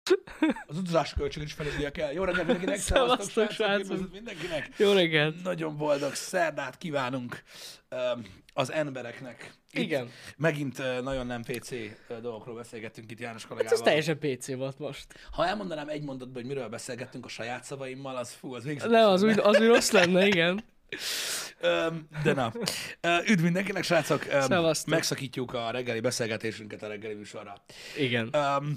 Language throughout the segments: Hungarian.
Az utazási költséget is feleznie kell. Jó reggelt mindenkinek, Szevasztok, srácok, mindenkinek. Jó reggelt. Nagyon boldog szerdát kívánunk az embereknek. Itt Igen. Megint nagyon nem PC dolgokról beszélgettünk itt János Hát kollégával. ez teljesen PC volt most. Ha elmondanám egy mondatban, hogy miről beszélgettünk a saját szavaimmal, az végzetesen. Nem, az úgy rossz lenne, igen. De na. Üdv mindenkinek, srácok. Szevasztok. Megszakítjuk a reggeli beszélgetésünket a reggeli műsorra. Igen.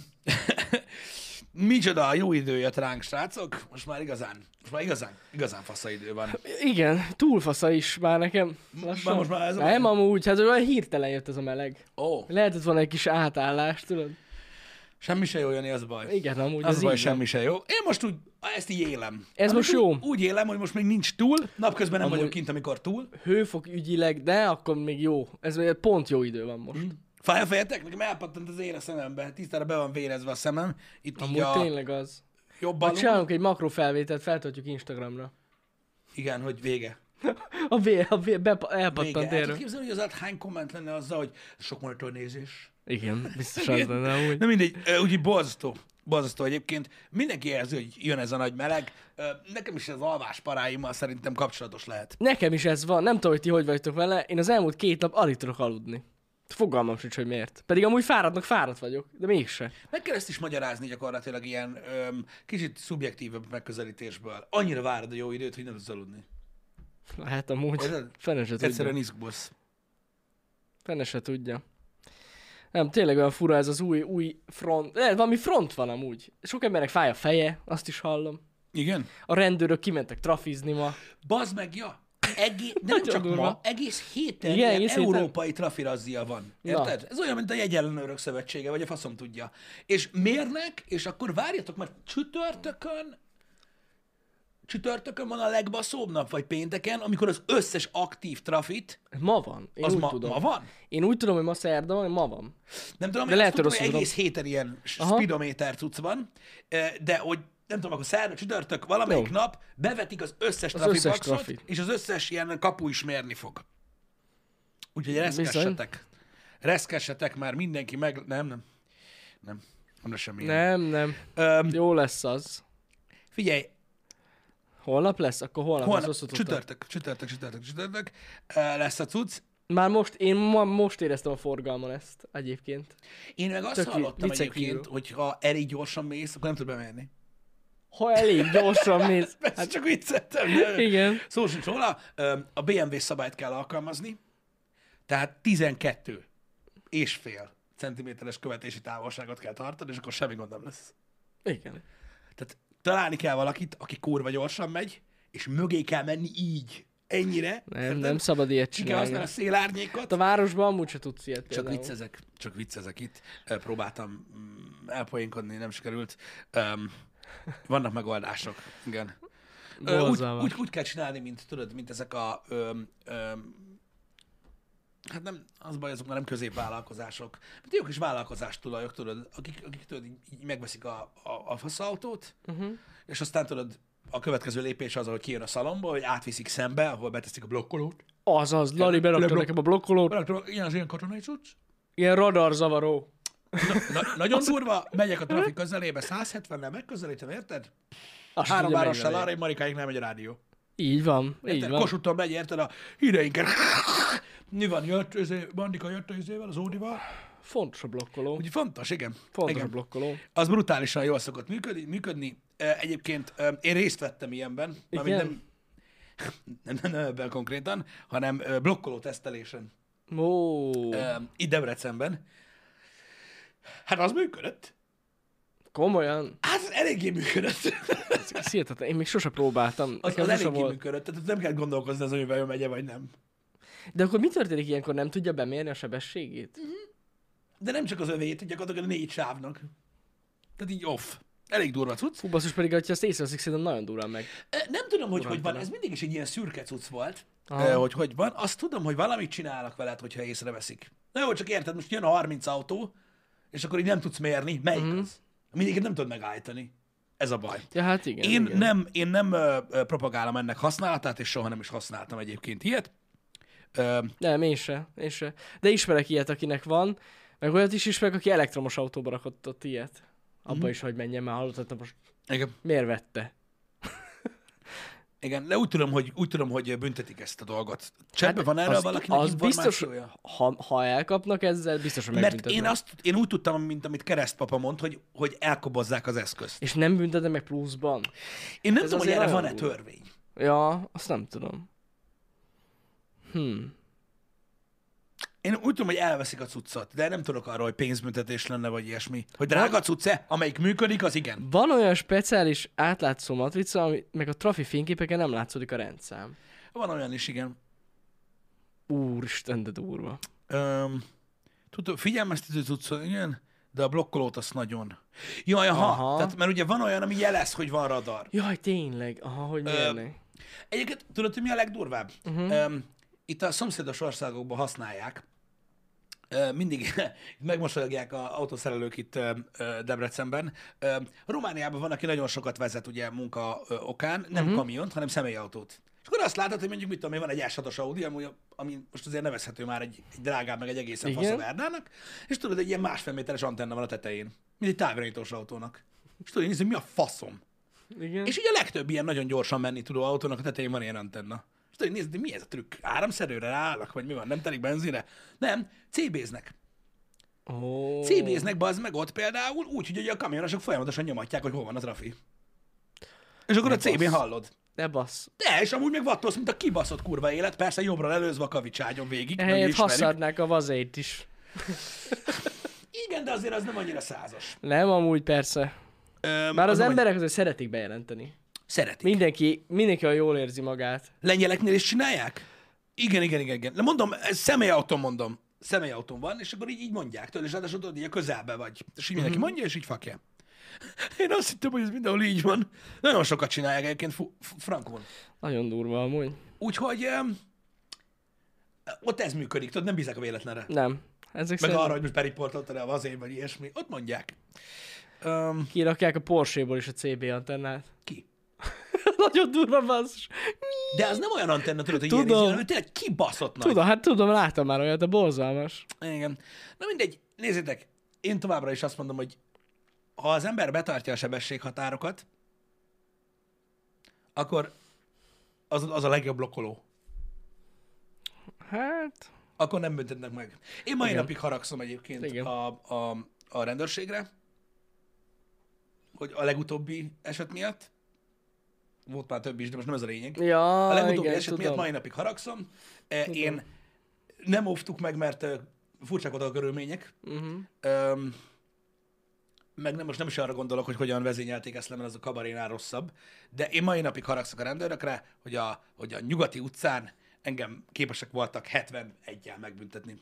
Micsoda jó idő jött ránk, srácok. Most már igazán fasza idő van. Igen, túlfasza is már nekem. Lassan. Most már ez a Nem, amúgy, hát olyan hirtelen jött ez a meleg. Ó, Lehetett volna egy kis átállás, tudod? semmi se jó, Jani, az a baj. Igen, amúgy Az ez a baj, így van. semmi se jó. Én most úgy, ezt így élem. Ez most jó. Úgy élem, hogy most még nincs túl, napközben nem Amúgy- vagyok kint, amikor túl. Hőfok ügyileg, de akkor még jó. Ez még pont jó idő van most. Fáj a fejetek? Nekem elpattant az ér a szemembe. Tisztára be van vérezve a szemem. Itt Amúgy így a tényleg az. jobb Majd alul. csinálunk egy makrofelvételt, feltöltjük Instagramra. Igen, hogy vége. Elpattant Vége. El erről. tudod képzelni, hogy az alatt hány komment lenne azzal, hogy sok monitornézés? Igen, biztos az lenne amúgy. Na mindegy, úgy borzasztó. Borzasztó egyébként. Mindenki érzi, hogy jön ez a nagy meleg. Nekem is az alvás paráimmal szerintem kapcsolatos lehet. Nekem is ez van, nem tudom, hogy ti hogy vagytok vele, én az elmúlt 2 nap alig tudok aludni. Fogalmam sincs, hogy miért. Pedig amúgy fáradt vagyok, de mégse. Meg kell ezt is magyarázni gyakorlatilag ilyen kicsit szubjektívebb megközelítésből. Annyira várod a jó időt, hogy nem tudsz aludni. Lehet amúgy. Érted? Fene se tudja. Egyszerűen izgulsz. Fene se tudja. Nem, tényleg olyan fura ez az új front. Valami front van amúgy. Sok embernek fáj a feje, azt is hallom. Igen? A rendőrök kimentek trafizni ma. Bazd meg, ja! De nem Nagyon csak durva. ma, egész héten Igen, ilyen egész héten. európai trafirazzia van. Érted? Ez olyan, mint a jegyellenőrök szövetsége, vagy a faszom tudja. És mérnek, és akkor várjatok, mert csütörtökön van a legbaszóbb nap, vagy pénteken, amikor az összes aktív trafit, Ma van. Én az úgy ma tudom. van? Én úgy tudom, hogy ma szerda van, hogy ma van. Nem tudom, De én lehet, azt hogy tudom, hogy rosszul egész héten ilyen Aha. speedométer cucc van, de hogy nem tudom, akkor szerda, csütörtök, valamelyik Jó. nap bevetik az összes Az trafipaxot, összes trafit. és az összes ilyen kapu is mérni fog. Úgyhogy reszkessetek. Reszkessetek, már mindenki meg... Nem lesz semmi. Nem. Jó lesz az. Figyelj, Holnap lesz? Akkor holnap lesz, rosszul tudtam. csütörtök lesz a cucc. Már én most éreztem a forgalmon ezt egyébként. Én meg azt Tök hallottam viccen egyébként, kívül. hogy ha elég gyorsan mész, akkor nem tud bemenni. Ha elég gyorsan mész. Hát csak vicceltem. Igen. Szó sincs róla, a BMW szabályt kell alkalmazni, tehát 12 és fél centiméteres követési távolságot kell tartani, és akkor semmi gond nem lesz. Igen. Tehát találni kell valakit, aki kurva gyorsan megy, és mögé kell menni így, ennyire. Nem szabad ilyet Ki kell használni csinálni. a szélárnyékot. A városban amúgy se tudsz ilyet. Csak viccezek itt. Próbáltam elpoénkodni, nem sikerült. Vannak megoldások, igen. Borzalmas. Úgy kell csinálni, mint tudod, mint ezek a hát nem, az baj, azok már nem középvállalkozások. Mint jók is vállalkozástulajok, tudod, akik tudod, így megveszik a faszautót, és aztán tudod, a következő lépés az, hogy kijön a szalomba, hogy átviszik szembe, ahol beteszik a blokkolót. Azaz, Lali berakta nekem a blokkolót. Ilyen az ilyen katonai cucc. Ilyen radarzavaró. Nagyon durva, megyek a trafik közelébe, 170-nel megközelítem, érted? Azt 3 tudja várossal megvenni. arra, egy Marikáig nem megy a rádió. Így van, így Érted? van. Kossuthon megy, érted? A híreinket. Mi van, Bandika jött az izével, az Ódival. Fontos a blokkoló. Úgyhogy fontos, igen. Fontos Igen. a blokkoló. Az brutálisan jól szokott működni. Egyébként én részt vettem ilyenben, Igen? nem ebben konkrétan, hanem blokkoló tesztelésen Ó, itt Debrecenben. Hát az működött. komolyan. Hát az eléggé működött. Ez hihetetlen. Én még sose próbáltam. Az Nekem sose eléggé volt. működött. Tehát nem kell gondolkozni azon, hogy vajon megye vagy nem. De akkor mi történik ilyenkor? Nem tudja bemérni a sebességét? De nem csak az övét, gyakorlatilag a 4 sávnak. Tehát így off. Elég durva cucc. Fú, basszus, pedig, hogyha ezt észreveszik, szerintem nagyon durán meg. Nem tudom, hogy van. Durantana. Ez mindig is egy ilyen szürke cucc volt, Aha. hogy van. Azt tudom, hogy valamit csinálnak veled, hogyha észreveszik. Na jó, csak érted, most jön a 30 autó, és akkor így nem tudsz mérni, melyik az. Mindegyiket nem tudod megállítani. Ez a baj. Ja, hát igen. Én nem propagálom ennek használatát, és soha nem is használtam egyébként ilyet. Nem, én se. De ismerek ilyet, akinek van, meg olyat is ismerek, aki elektromos autóba rakott ott ilyet. abba is, hogy menjen, már hallottad, most Igen. miért vette? Igen, de úgy tudom, hogy büntetik ezt a dolgot. Csetben van erről az- valakinek az biztos, információja? ha elkapnak ezzel, biztos, hogy Mert megbüntetnek. én úgy tudtam, mint amit keresztpapa mond, hogy elkobozzák az eszközt. És nem büntetem meg pluszban? Én nem Ez tudom, hogy azért erre nagyon van-e durva. törvény. Ja, azt nem tudom. Én úgy tudom, hogy elveszik a cuccot, de nem tudok arról, hogy pénzbüntetés lenne, vagy ilyesmi. Hogy drága cucc-e, amelyik működik, az igen. Van olyan speciális átlátszó matrica, ami meg a trafi fényképeken nem látszódik a rendszám. Van olyan is, igen. Úristen, de durva. Tudom, figyelmeztető cuccot, igen, de a blokkolót azt nagyon. Jaj, Aha. Tehát, mert ugye van olyan, ami jelez, hogy van radar. Jaj, tényleg. Aha, hogy mérnek. Egyébként tudod, hogy mi a legdurvább? Itt a szomszédos országokban használják, mindig megmosolyogják az autószerelők itt Debrecenben. Romániában van, aki nagyon sokat vezet ugye munka okán, nem kamiont, hanem személyautót. És akkor azt látod, hogy mondjuk mit tudom én, van egy S6-os Audi, ami most azért nevezhető már egy drágább, meg egy egészen Igen. fasz a Verdának, és tudod, egy ilyen 1,5 méteres antenna van a tetején, mint egy távirányítós autónak. És tudod, nézni, mi a faszom? Igen. És ugye a legtöbb ilyen nagyon gyorsan menni tudó autónak a tetején van ilyen antenna. És tudod, nézd, mi ez a trükk? Áramszerőre ráállnak, vagy mi van? Nem telik benzinre? Nem, CB-znek. Oh. CB-znek, bazd meg ott például, úgy, hogy ugye a kamionosok folyamatosan nyomatják, hogy hol van a trafi. És akkor Ne a CB-n bassz. hallod. Ne bassz. De, és amúgy meg vattolsz, mint a kibaszott kurva élet, persze jobbra lelőzve a kavicságyon végig. meg Ehelyett ismerjük. hasszadnák a vazét is. Igen, de azért az nem annyira százas. Nem, amúgy persze. Bár az nem emberek azért szeretik bejelenteni. Szeretik. Mindenki olyan jól érzi magát. Lengyeleknél is csinálják? Igen. De mondom, ez személyautón mondom. Személyautón van, és akkor így mondják tőle, és ráadásul tudod, így a közelbe vagy. És így mindenki mondja, és így fakja. Én azt hittem, hogy ez mindenhol így van. Nagyon sokat csinálják egyébként frankon. Nagyon durva amúgy. Úgyhogy ott ez működik, tudod, nem bízek a véletlenre. Nem. Ezek Meg szerint arra, hogy most beriportoltad el azért, vagy ilyesmi. Ott mondják. kirakják a Porsche-ból is a CB antennát. Ki? Nagyon durva basszus. De az nem olyan antenna, tudod, hogy Tudom. ilyen, hanem tényleg kibaszott nagy. Tudom, láttam már olyat, de borzalmas. Igen. Na mindegy, nézzétek, én továbbra is azt mondom, hogy ha az ember betartja a sebességhatárokat, akkor az a legjobb blokkoló. Hát, Akkor nem büntetnek meg. Én mai Igen. napig haragszom egyébként Igen. a rendőrségre, hogy a legutóbbi eset miatt, volt már több is, de most nem ez a lényeg. ja, A legutóbbi igen, eset tudom. miatt mai napig haragszom. Én nem óvtuk meg, mert furcsák voltak a körülmények. Meg most nem is arra gondolok, hogy hogyan vezényelték ezt le, mert az a kabarénál rosszabb. De én mai napig haragszok a rendőrökre, hogy a nyugati utcán engem képesek voltak 71-jel megbüntetni.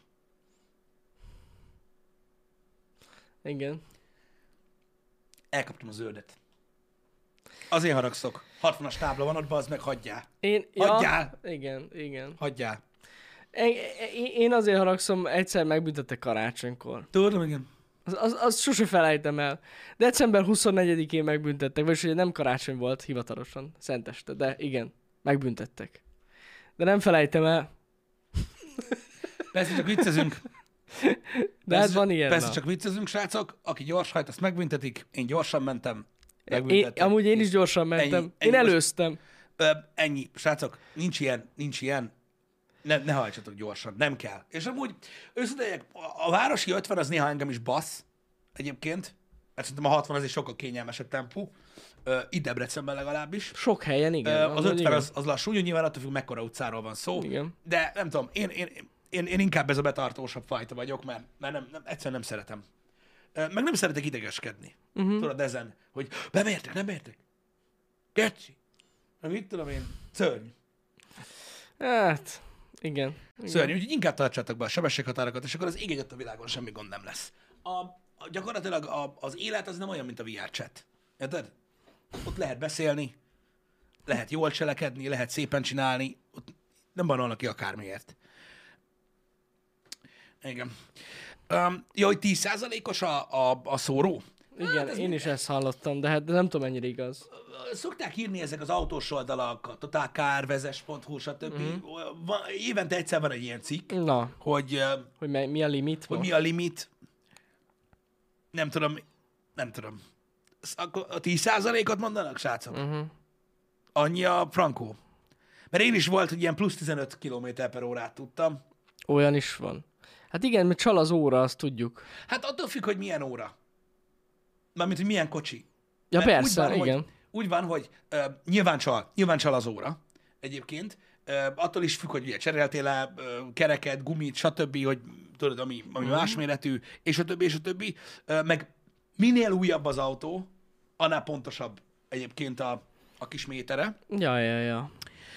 Igen. Elkaptam a zöldet. Azért haragszok. 60-as tábla van ott, bazd meg, hagyjál. Ja, Hagyjál! igen. Hagyjál. Én azért haragszom, egyszer megbüntettek karácsonykor. Tudom, igen. Az sose felejtem el. December 24-én megbüntettek, vagyis ugye nem karácsony volt hivatalosan, szenteste, de igen, megbüntettek. De nem felejtem el. Persze csak viccezünk. De hát van ilyen. Persze na. csak viccezünk, srácok. Aki gyors hajt, azt megbüntetik. Én gyorsan mentem. Én, Megbüntettek. amúgy én is És gyorsan mentem. ennyi Én most- előztem. Ennyi. Srácok, nincs ilyen. Ne hajtsatok gyorsan, nem kell. És amúgy, őszintén, a városi 50 az néha engem is bassz, egyébként, mert szerintem a 60 az egy sokkal kényelmesebb tempó, itt Debrecenben legalábbis. Sok helyen, igen. Az amúgy 50 igen. az lassú, nyilván attól függ, mekkora utcáról van szó. Igen. De nem tudom, én inkább ez a betartósabb fajta vagyok, mert egyszerűen nem szeretem. Meg nem szeretek idegeskedni. Tudod ezen, hogy bemértek, nem értek. Geci. Mit tudom én, szörny. Hát, igen. Szörnyű, úgyhogy inkább tartsátok be a sebességhatárokat, és akkor az ég egyet a világon semmi gond nem lesz. Gyakorlatilag az élet az nem olyan, mint a VR chat. Érted? Ott lehet beszélni, lehet jól cselekedni, lehet szépen csinálni, ott nem banolnak ki akármiért. Igen. Jó, hogy 10%-os a szóró. Igen, én is ezt hallottam, de hát nem tudom, mennyire igaz. Szokták írni ezek az autós oldalak, a Totalcar, vezes.hu, stb. Évente egyszer van egy ilyen cikk, Na, hogy hogy mi a limit hogy most? mi a limit. Nem tudom, nem tudom, akkor a 10%-ot mondanak, srácok? Annyi a frankó. Mert én is volt, hogy ilyen plusz 15 km/órát tudtam. Olyan is van. Hát igen, mert csal az óra, azt tudjuk. Hát attól függ, hogy milyen óra. Mármint, hogy milyen kocsi. Ja Mert persze, úgy van, igen. Hogy, úgy van, hogy nyilván csal az óra egyébként. Attól is függ, hogy ugye cseréltél-e kereket, gumit, stb., hogy tudod, ami más méretű, és a többi, és a többi. Meg minél újabb az autó, annál pontosabb egyébként a kis métere. Ja.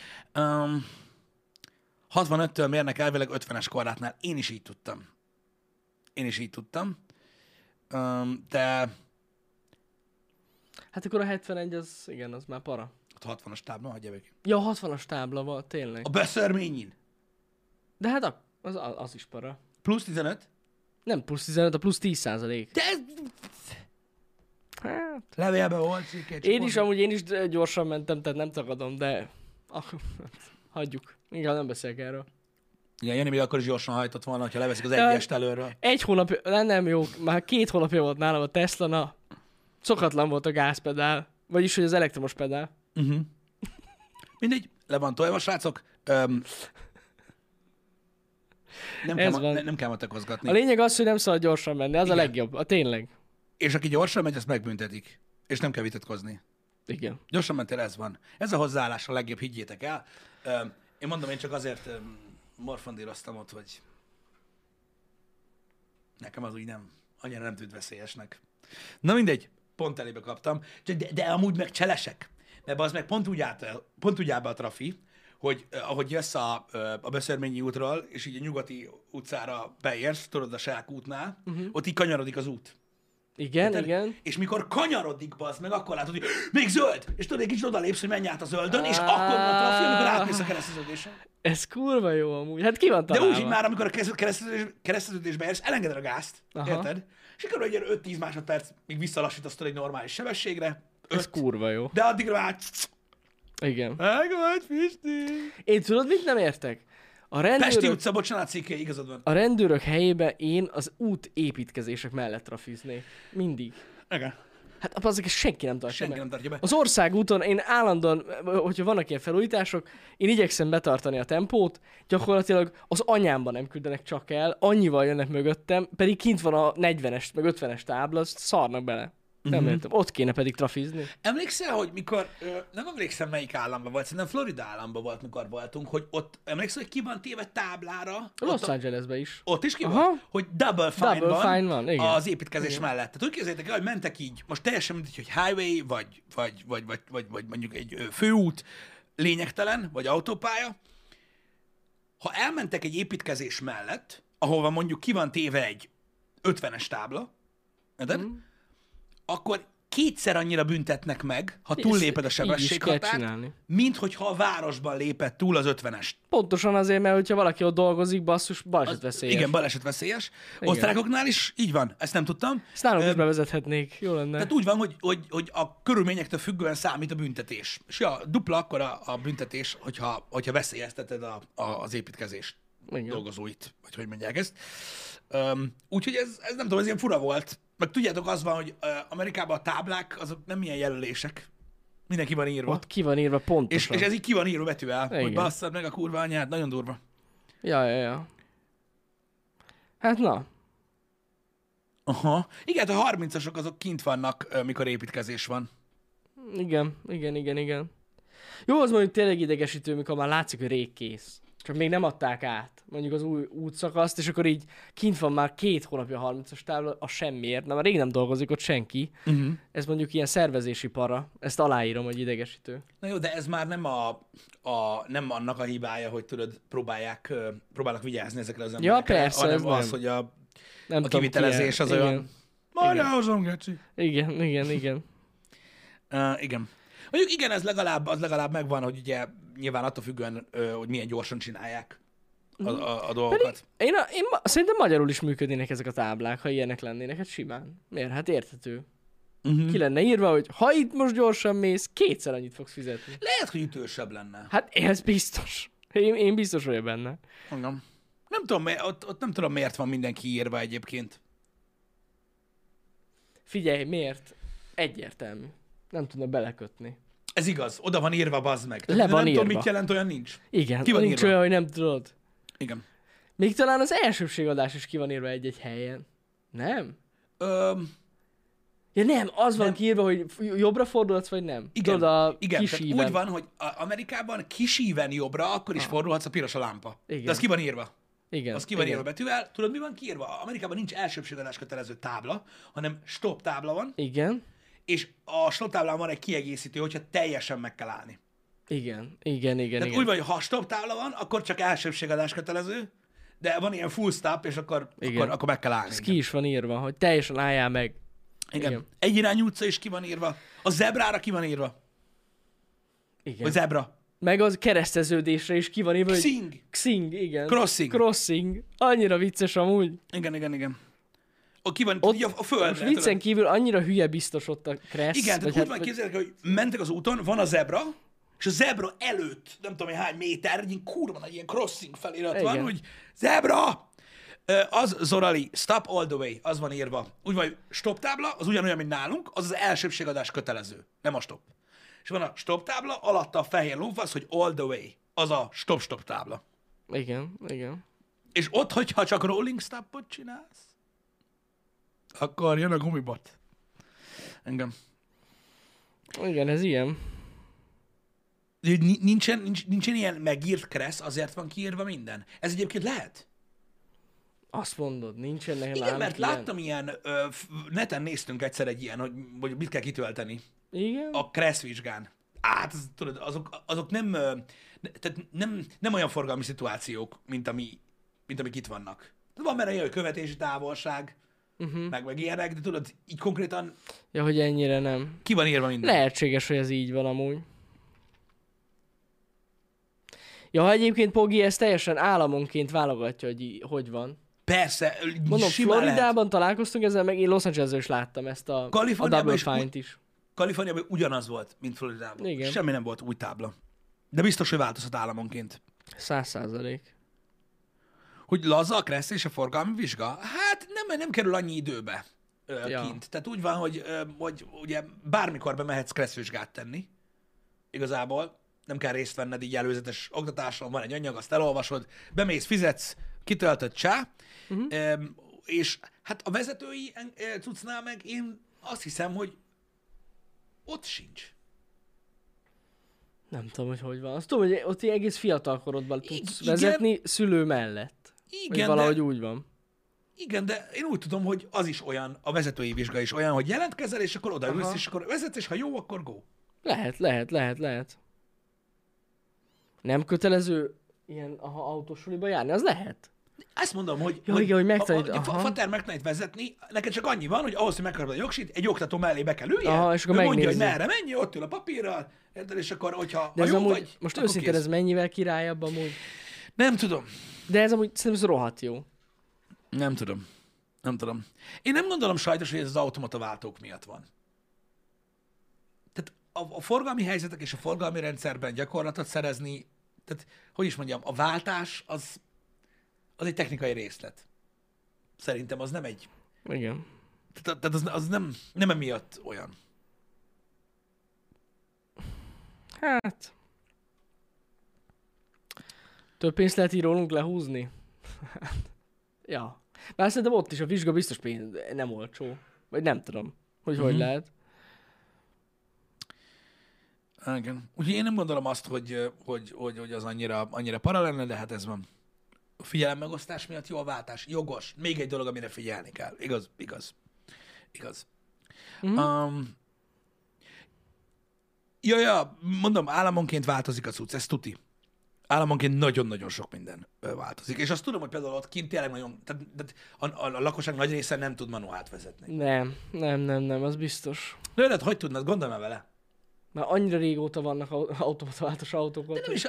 65-től mérnek elvileg 50-es korlátnál. Én is így tudtam. De Hát akkor a 71 az, igen, az már para. a 60-as tábla, hagyja meg. Ja, 60-as tábla van, tényleg. A beszörményin. De hát az is para. Plusz 15. Nem plusz 15, a plusz 10%. De ez... Hát, Levélben volt cikk. én is gyorsan mentem, tehát nem tagadom, de hagyjuk. Inkább nem beszélek erről. Igen, Jani még akkor is gyorsan hajtott volna, ha leveszik az egyest előről. Egy hónap, nem jó, már 2 hónapja volt nálam a Tesla, na, szokatlan volt a gázpedál, vagyis, hogy az elektromos pedál. Mindegy, le van tolva, srácok. Nem kell matekozgatni. A lényeg az, hogy nem szabad gyorsan menni, az igen. A legjobb, tényleg. És aki gyorsan megy, azt megbüntetik. És nem kell vitatkozni. Igen. Gyorsan mentél, ez van. Ez a hozzáállás a legjobb, higgyétek el. Én mondom, én csak azért morfondíroztam ott, hogy nekem az úgy nem, annyira nem tűnt veszélyesnek. Na mindegy, pont elébe kaptam. De amúgy meg cselesek. Mert az meg pont úgy áll be a trafi, hogy ahogy jössz a Beszörményi útról, és így a Nyugati utcára beérsz, tudod, a Sák útnál, ott így kanyarodik az út. Igen, igen. És mikor kanyarodik, bazd meg, akkor látod, hogy még zöld! És tudod, egy kicsit odalépsz, hogy menj át a zöldön, és akkor van a trafi, amikor átmész a kereszteződésen. Ez kurva jó amúgy. Hát ki van találva? De úgy, hogy már amikor a kereszteződésbe érsz, elengeded a gázt, érted? És akkor egy ilyen 5-10 másodperc, még visszalassítasz egy normális sebességre. Ez kurva jó. De addigra már... Igen. Meg vagy, Pisti! Én tudod, mit nem értek? Pesti utca, bocsánat, Cikkei, igazad van. A rendőrök helyébe én az út építkezések mellett trafiznék. Mindig. Igen. Hát azért senki nem tartja Senki nem tartja be. Az országúton én állandóan, hogyha vannak ilyen felújítások, én igyekszem betartani a tempót, gyakorlatilag az anyámban nem küldenek csak el, annyival jönnek mögöttem, pedig kint van a 40-es, meg 50-es tábla, azt szarnak bele. Nem értem. Ott kéne pedig trafizni. Emlékszel, hogy mikor, nem emlékszem melyik államban volt, szerintem Florida államban volt, mikor voltunk, hogy ott, emlékszel, hogy ki van téve táblára? Los Angelesben is. Ott is ki van? Hogy double fine van igen. az építkezés mellett. Tehát úgy képzeljétek el, hogy mentek így, most teljesen mindegy, hogy highway, vagy mondjuk egy főút, lényegtelen, vagy autópálya. Ha elmentek egy építkezés mellett, ahova mondjuk ki van téve egy 50-es tábla, akkor kétszer annyira büntetnek meg, ha túlléped a sebességhatárt, mint hogyha a városban léped túl az 50-est. Pontosan azért, mert hogyha valaki ott dolgozik, basszus, balesetveszélyes. Igen, balesetveszélyes. Osztrákoknál is így van, ezt nem tudtam. Ezt nálunk is bevezethetnék, jó lenne. Tehát úgy van, hogy a körülményektől függően számít a büntetés. És ja, dupla akkor a büntetés, hogyha veszélyezteted az építkezés dolgozóit, vagy hogy mondják ezt. Úgyhogy ez nem tudom, ez ilyen fura volt. Meg tudjátok, az van, hogy Amerikában a táblák, azok nem ilyen jelölések. Mindenki van írva. Ott ki van írva pontosan. És ez így ki van írva betűvel, hogy basszad meg a kurva anyád, nagyon durva. Ja. Hát na. Aha. Igen, a 30-asok azok kint vannak, mikor építkezés van. Igen. Jó, az mondjuk tényleg idegesítő, mikor már látszik, hogy rég kész. Csak még nem adták át, mondjuk az új útszakaszt, és akkor így kint van már 2 hónapja a 30-as tábla, a semmiért. Na már rég nem dolgozik ott senki. Ez mondjuk ilyen szervezési para. Ezt aláírom, hogy idegesítő. Na jó, de ez már nem nem annak a hibája, hogy tudod, próbálnak vigyázni ezekre az emberekre. Ja, persze, hanem az, hogy a kivitelezés az olyan... Majd elhozom, geci. Igen. Igen. Mondjuk igen, az legalább megvan, hogy ugye nyilván attól függően, hogy milyen gyorsan csinálják a dolgokat. Én szerintem magyarul is működnének ezek a táblák, ha ilyenek lennének, hát simán. Miért? Hát érthető. Ki lenne írva, hogy ha itt most gyorsan mész, 2-szer annyit fogsz fizetni. Lehet, hogy ütősebb lenne. Hát ez biztos. Én biztos vagyok benne. Nem tudom, ott nem tudom, miért van mindenki írva egyébként. Figyelj, miért? Egyértelmű. Nem tudna belekötni. Ez igaz, oda van írva, bazd meg. Le van nem írva. tudom, mit jelent, olyan nincs. Igen, Ki van nincs írva? olyan, hogy nem tudod. Igen. Még talán az elsőbségadás is ki van írva egy-egy helyen. Nem? Ja nem, az van Nem. kiírva, hogy jobbra fordulhatsz, vagy nem. Igen, Tudod, a igen. kis Tehát íven. úgy van, hogy Amerikában kisíven jobbra, akkor is fordulhatsz, a piros a lámpa. Igen. De az ki van írva. Igen. Az ki van igen. írva betűvel. Tudod, mi van kiírva? Amerikában nincs elsőbségadás kötelező tábla, hanem stop tábla van, Igen. és a stop táblán van egy kiegészítő, hogyha teljesen meg kell állni. Igen. Tehát úgy van, hogy ha stop tábla van, akkor csak elsőbségadás kötelező, de van ilyen full stop, és akkor meg kell állni. Ez ki is van írva, hogy teljesen álljál meg. Igen. Igen. Egyirányú utca is ki van írva. A zebrára ki van írva. Igen. Vagy zebra. Meg az kereszteződésre is ki van írva, hogy Xing. Xing, igen. Crossing. Crossing. Annyira vicces amúgy. Igen. Ki van, Ott a földre. most viccen tudod. kívül annyira hülye biztos ott a kressz. Igen, tehát vagy úgy van, képzeljétek, hogy mentek az úton, van a zebra, és a zebra előtt, nem tudom, hogy hány méter, egy ilyen kurva nagy ilyen crossing felirat van, Igen. hogy zebra! Az Zorali, stop all the way, az van írva. Úgy van, hogy stop tábla, az ugyanolyan, mint nálunk, az az elsőbségadás kötelező, nem a stop. És van a stop tábla, alatta a fehér lófasz, hogy all the way, az a stop tábla. Igen. És ott, hogyha csak rolling stopot csinálsz, akkor jön a gumibot. Engem. Igen, ez ilyen. Nincsen ilyen megírt kressz, azért van kiírva minden. Ez egyébként lehet. Azt mondod, nincsen nekem Igen, nálunk mert ilyen. láttam ilyen, neten néztünk egyszer egy ilyen, hogy mit kell kitölteni Igen? a kressz vizsgán. Tudod, azok nem, tehát nem olyan forgalmi szituációk, mint amik itt vannak. Van benne ilyen követési távolság, meg ilyenek, de tudod, így konkrétan Ja, hogy ennyire nem. ki van írva minden. Lehetséges, hogy ez így van amúgy. Ja, ha egyébként Pogi ezt teljesen államonként válogatja, hogy van. Persze, Mondom, simán lehet. Floridában találkoztunk ezzel, meg én Los Angelesben is láttam ezt a Kaliforniában Double is Fine-t is. Kaliforniában ugyanaz volt, mint Floridában. Igen. Semmi nem volt új tábla. De biztos, hogy változhat államonként. 100%. Hogy laza a kressz és a forgalmi vizsga? Hát nem kerül annyi időbe Ja. kint. Tehát úgy van, hogy ugye bármikor bemehetsz kresszvizsgát tenni. Igazából nem kell részt venned így előzetes oktatáson, van egy anyag, azt elolvasod, bemész, fizetsz, kitöltöd, csá. És hát a vezetői cuccnál meg én azt hiszem, hogy ott sincs. Nem tudom, hogy van. Azt tudom, hogy ott ilyen egész fiatal korodban tudsz Igen. vezetni szülő mellett. Vagy Igen, valahogy de, úgy van. igen, de én úgy tudom, hogy az is olyan, a vezetői vizsga is olyan, hogy jelentkezel, és akkor odaülsz, Aha. és akkor vezetsz, és ha jó, akkor go. Lehet. Nem kötelező ilyen autósuliba járni? Az lehet. Ezt mondom, hogy, Ja, igen, hogy megtanít, a aha. fater megtanít vezetni, neked csak annyi van, hogy ahhoz, hogy megkapod a jogsit, egy oktató mellé be kell üljen, Aha, és akkor ő mondja, hogy megnézi. merre menj, ott ül a papírral, érted, és akkor, hogyha De ha ez jó amúgy, vagy, most akkor őszintén kész. ez mennyivel királyabb amúgy? Nem tudom. De ez amúgy szerintem ez rohadt jó. Nem tudom. Én nem gondolom sajnos, hogy ez az automata váltók miatt van. Tehát a forgalmi helyzetek és a forgalmi rendszerben gyakorlatot szerezni, tehát, hogy is mondjam, a váltás az egy technikai részlet. Szerintem az nem egy, Igen. tehát az nem emiatt olyan. Hát... Több pénzt lehet így rólunk lehúzni? Ja. Bár szerintem ott is a vizsga biztos pénz nem olcsó. Vagy nem tudom, hogy lehet. Igen. Úgyhogy én nem gondolom azt, hogy az annyira para lenne, de hát ez van. A figyelemmegosztás miatt jó a váltás. Jogos. Még egy dolog, amire figyelni kell. Igaz. Mondom, államonként változik a cucc, ez tuti. Államonként nagyon-nagyon sok minden változik. És azt tudom, hogy például ott kint tényleg nagyon, tehát a lakosság nagy része nem tud manuált vezetni. Nem, az biztos. Lőred, hogy tudnád? Gondolj már vele. Már annyira régóta vannak automatváltós autók De ott. nem is,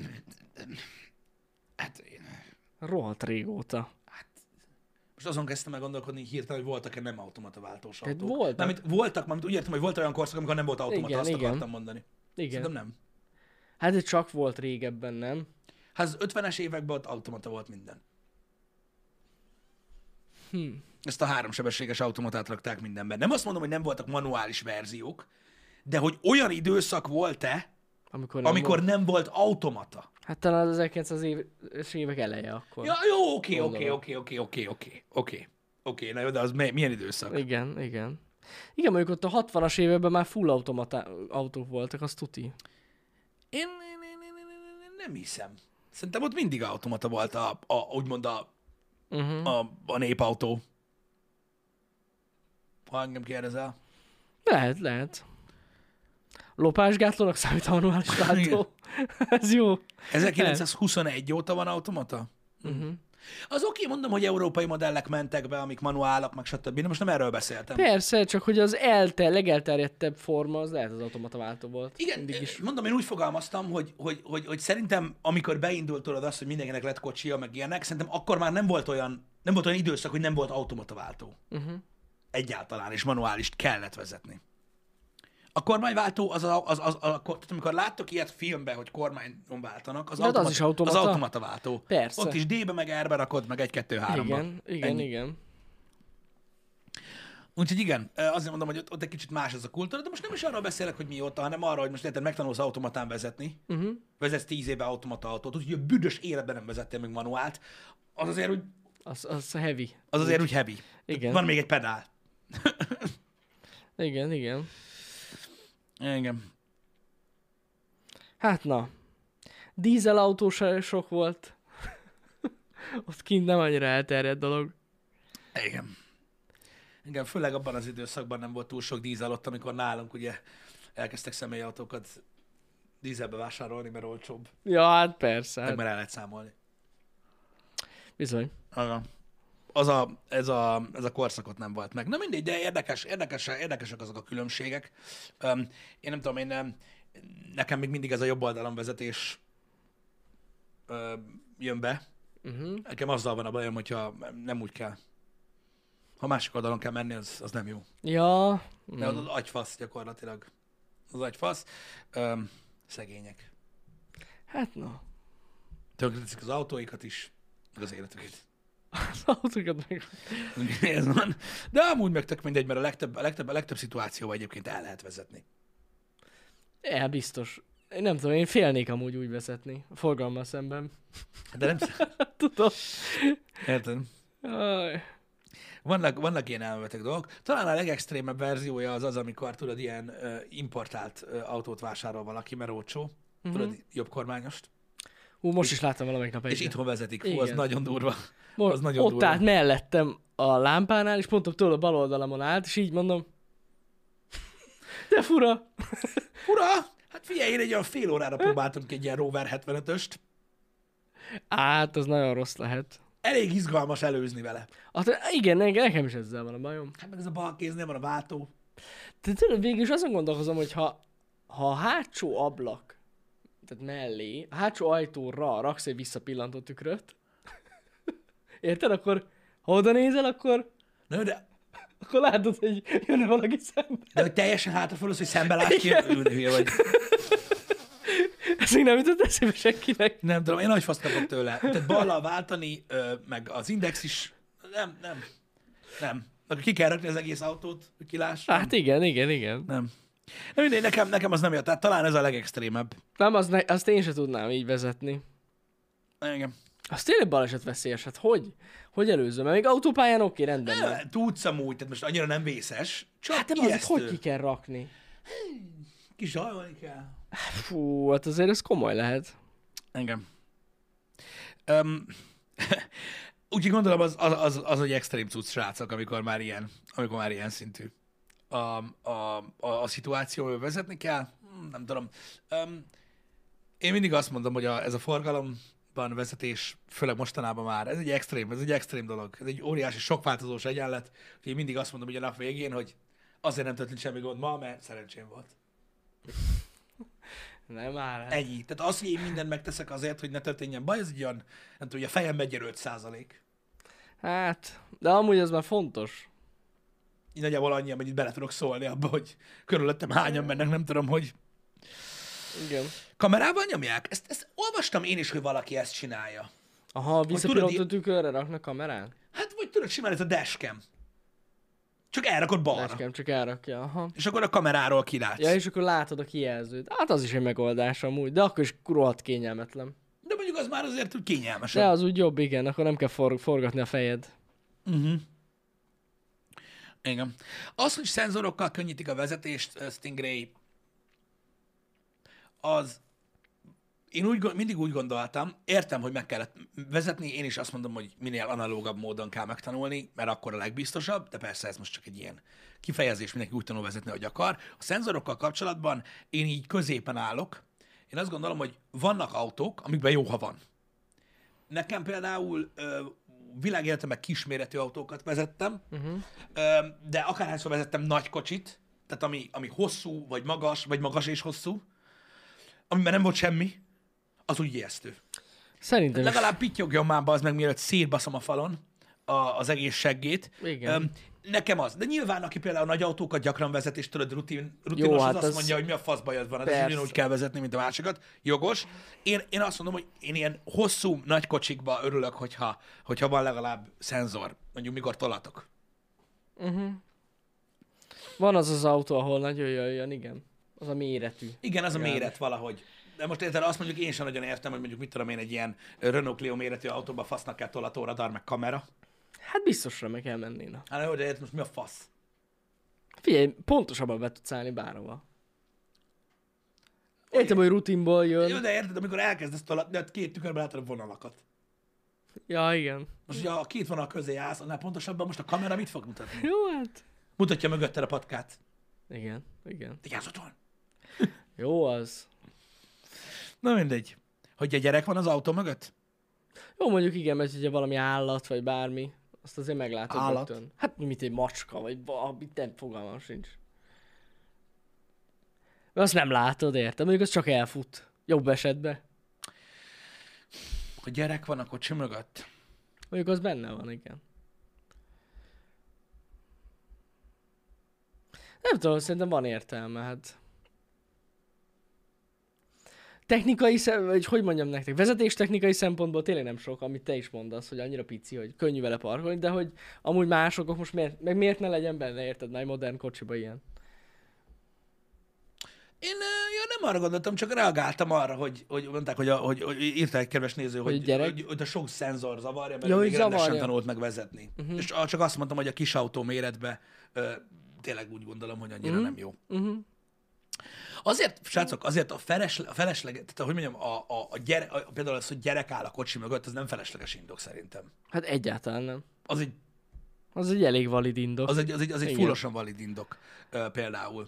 én Rohadt régóta. most azon kezdtem el gondolkodni hirtelen, hogy voltak-e nem automata váltós Tehát autók. voltak. Mármint voltak, mármint úgy értem, hogy volt olyan korszak, amikor nem volt automata, Igen, azt igen. akartam mondani. Igen. Szerintem nem. Hát de csak volt régebben, nem? Hát az 50-es években ott automata volt minden. ezt a 3-sebességes automatát rakták mindenben. Nem azt mondom, hogy nem voltak manuális verziók, de hogy olyan időszak volt-e, amikor nem volt automata. Hát talán az 1900-es évek eleje akkor. Ja, jó, oké, na jó, de az milyen időszak? Igen. Igen, mondjuk ott a 60-as években már full automata autók voltak, az tuti. Én nem hiszem. Szerintem ott mindig automata volt úgymond a népautó. Ha engem kérdezel. Lehet. Lopásgátlónak számít a manuális váltó. Ez jó. 1921 óta van automata? Az oké, mondom, hogy európai modellek mentek be, amik manuálak, meg stb. De most nem erről beszéltem. Persze, csak hogy az legelterjedtebb forma, az lehet az automata váltó volt. Igen, mondom, én úgy fogalmaztam, hogy szerintem, amikor beindult tudod azt, hogy mindenkinek lett kocsia, meg ilyenek, szerintem akkor már nem volt olyan időszak, hogy nem volt automata váltó. Egyáltalán, és manuálist kellett vezetni. A kormányváltó, tehát amikor láttok ilyet filmben, hogy kormányon váltanak, az automata váltó. Persze. Ott is D-be meg R-be rakod, meg 1-2-3-ba. Igen. Úgyhogy igen, azért mondom, hogy ott egy kicsit más ez a kultúra, de most nem is arról beszélek, hogy mióta, hanem arra, hogy most érted, megtanulsz automatán vezetni, vezetsz 10 éve automata autót, úgyhogy a büdös életben nem vezettél még manuált, az azért úgy... Az heavy. Az azért úgy heavy. Igen. Van még egy pedál. Igen. Igen. Hát na. Dízelautó sok volt. Ott kint nem annyira elterjedt dolog. Igen, főleg abban az időszakban nem volt túl sok dízel ott, amikor nálunk ugye elkezdtek személyautókat dízelbe vásárolni, mert olcsóbb. Ja, hát persze. Meg már el lehet számolni. Bizony. Ez a korszakot nem volt meg. Na mindegy, de érdekesek azok a különbségek. Én nem tudom, nekem még mindig ez a jobb oldalon vezetés jön be. Nekem azzal van a bajom, hogyha nem úgy kell. Ha másik oldalon kell menni, az nem jó. Ja. De az agyfasz gyakorlatilag. Az agyfasz. Szegények. Hát na. Tönkreteszik az autóikat is, meg az életüket. Az autókat meg... Ez van. De amúgy meg tök mindegy, mert a legtöbb szituációban egyébként el lehet vezetni. Ja, biztos. Én nem tudom, én félnék amúgy úgy vezetni. A forgalommal szemben. De nem... Tudom. Érted? Vannak ilyen elmebetek dolgok. Talán a legextrémebb verziója az, amikor tudod, ilyen importált autót vásárol valaki, mert olcsó. Tudod, jobb kormányost. Most is láttam valamelyik nap És itthon vezetik. Igen. Az nagyon durva. Az nagyon ott durva. állt mellettem a lámpánál, és pont tőle a bal oldalamon állt, és így mondom, de fura. Fura? Hát figyelj, én egy olyan fél órára próbáltam ki egy ilyen Rover 75-öst. Hát, az nagyon rossz lehet. Elég izgalmas előzni vele. Igen, nekem is ezzel van a bajom. Hát meg ez a bal kéznél van a váltó. De tudod, végül is azon gondolkozom, hogy ha a hátsó ablak, tehát mellé, a hátsó ajtóra raksz egy visszapillantó tükröt, érted? Akkor ha oda nézel, akkor látod, hogy jönne valaki szembe. De hogy teljesen hátrafordulsz, hogy szembe látsz ki, hülye vagy. Ez még nem jutott eszébe senkinek. Nem tudom, én nagy fasz kapok tőle. Tehát ballal váltani, meg az Index is, nem. Akkor ki kell rakni az egész autót, hogy kilássam. Hát igen. Nem. De mindegy, nekem az nem jött, tehát talán ez a legextrémebb. Nem, azt én sem tudnám így vezetni. Igen. Az tényleg balesetveszélyes, hát hogy előzöm? Mert még autópályán oké, rendben van. Tudsz amúgy, tehát most annyira nem vészes, csak Hát nem az, hogy ki kell rakni. Kis zsajolni kell. Fú, hát azért ez komoly lehet. Engem. Úgyhogy gondolom az egy extrém cucc, srácok, amikor már ilyen szintű a szituáció, hogy vezetni kell. Nem tudom. Én mindig azt mondom, hogy ez a forgalomban vezetés, főleg mostanában már, ez egy extrém dolog. Ez egy óriási, sokváltozós egyenlet. Úgyhogy én mindig azt mondom, hogy a nap végén, hogy azért nem történt semmi gond ma, mert szerencsém volt. Nem már. Ennyi. Tehát az, hogy én mindent megteszek azért, hogy ne történjen baj, ez egy olyan, nem tudom, hogy a fejembe egy 5%. Hát, de amúgy ez már fontos. Így nagyjából annyi, amennyit bele tudok szólni abba, hogy körülöttem hányan mennek, nem tudom, hogy... Igen. Kamerával nyomják? Ezt olvastam én is, hogy valaki ezt csinálja. Aha, visszapillantó tükörre raknak kamerán? Hát, vagy tudod, simán ez a dashcam. Csak elrakod balra. Dashcam csak elrakja, aha. És akkor a kameráról kilátsz. Ja, és akkor látod a kijelzőt. Hát az is egy megoldás amúgy, de akkor is rohadt kényelmetlen. De mondjuk az már azért úgy kényelmesebb. De az úgy jobb, igen, akkor nem kell forgatni a fejed. Igen. Az, hogy szenzorokkal könnyítik a vezetést, Stingray, az én mindig úgy gondoltam, értem, hogy meg kellett vezetni, én is azt mondom, hogy minél analógabb módon kell megtanulni, mert akkor a legbiztosabb, de persze ez most csak egy ilyen kifejezés, mindenki úgy tanul vezetni, hogy akar. A szenzorokkal kapcsolatban én így középen állok. Én azt gondolom, hogy vannak autók, amikben jó, ha van. Nekem például világéletemben kisméretű autókat vezettem, de akárhányszor vezettem nagy kocsit, tehát ami hosszú, vagy magas és hosszú, amiben nem volt semmi, az úgy ijesztő. Szerintem Legalább pittyogjon már az meg, mielőtt szétbaszom a falon az egész seggét. Igen. Nekem az. De nyilván, aki például nagy autókat gyakran vezet, és tudod, rutinos, Jó, az hát azt az- mondja, hogy mi a faszbajod van, ez Persze. ugyanúgy kell vezetni, mint a másikat. Jogos. Én azt mondom, hogy én ilyen hosszú, nagy kocsikba örülök, hogyha van legalább szenzor. Mondjuk, mikor tolatok. van az autó, ahol nagyon jöjjön, igen. Az a méretű. Igen, az a Legalábbis. méret valahogy. De most érted, azt mondjuk én sem nagyon értem, hogy mondjuk mit tudom én, egy ilyen Renault Clio méretű autóba fasznak kell tolató, radar, meg kamera. Hát biztosra meg kell menni, na. Hát jó, de érted, most mi a fasz? Figyelj, pontosabban be tudsz állni bárhova. Értem, hogy rutinból Jó, jön. de érted, amikor elkezdesz tolatni, de két tükörben látod a vonalakat. Ja, igen. Most ugye a két vonal közé állsz, annál pontosabban most a kamera mit fog mutatni? Jó, hát. Mutatja mögötted a patkát. Igen, igen. Vigyázz van. Jó az. Na mindegy. Hogy egy gyerek van az autó mögött? Jó, mondjuk igen, mert ugye valami állat, vagy bármi, azt azért meglátod Állat? rögtön. Hát mint egy macska, vagy valami, nem fogalmam sincs. Mert azt nem látod, érted? Mondjuk az csak elfut. Jobb esetben. Ha gyerek van a kocsi mögött. Mondjuk az benne van, igen. Nem tudom, szerintem van értelme, hát. Technikai vagy hogy mondjam nektek, vezetéstechnikai szempontból tényleg nem sok, amit te is mondasz, hogy annyira pici, hogy könnyű vele parkolni, de hogy amúgy mások most miért ne legyen benne, érted, már egy modern kocsiba ilyen. Én nem arra gondoltam, csak reagáltam arra, hogy mondták, hogy írta egy kedves néző, hogy, gyerek? hogy a sok szenzor zavarja, mert Ja, ő hogy még rendesen zavarja. tanult meg vezetni. És csak azt mondtam, hogy a kis autó méretbe tényleg úgy gondolom, hogy annyira nem jó. Azért, srácok, azért a felesleges, tehát hogy mondjam, például az, hogy gyerek áll a kocsi mögött, az nem felesleges indok szerintem. Hát egyáltalán nem. Az Az egy elég valid indok. egy Igen. fullosan valid indok például.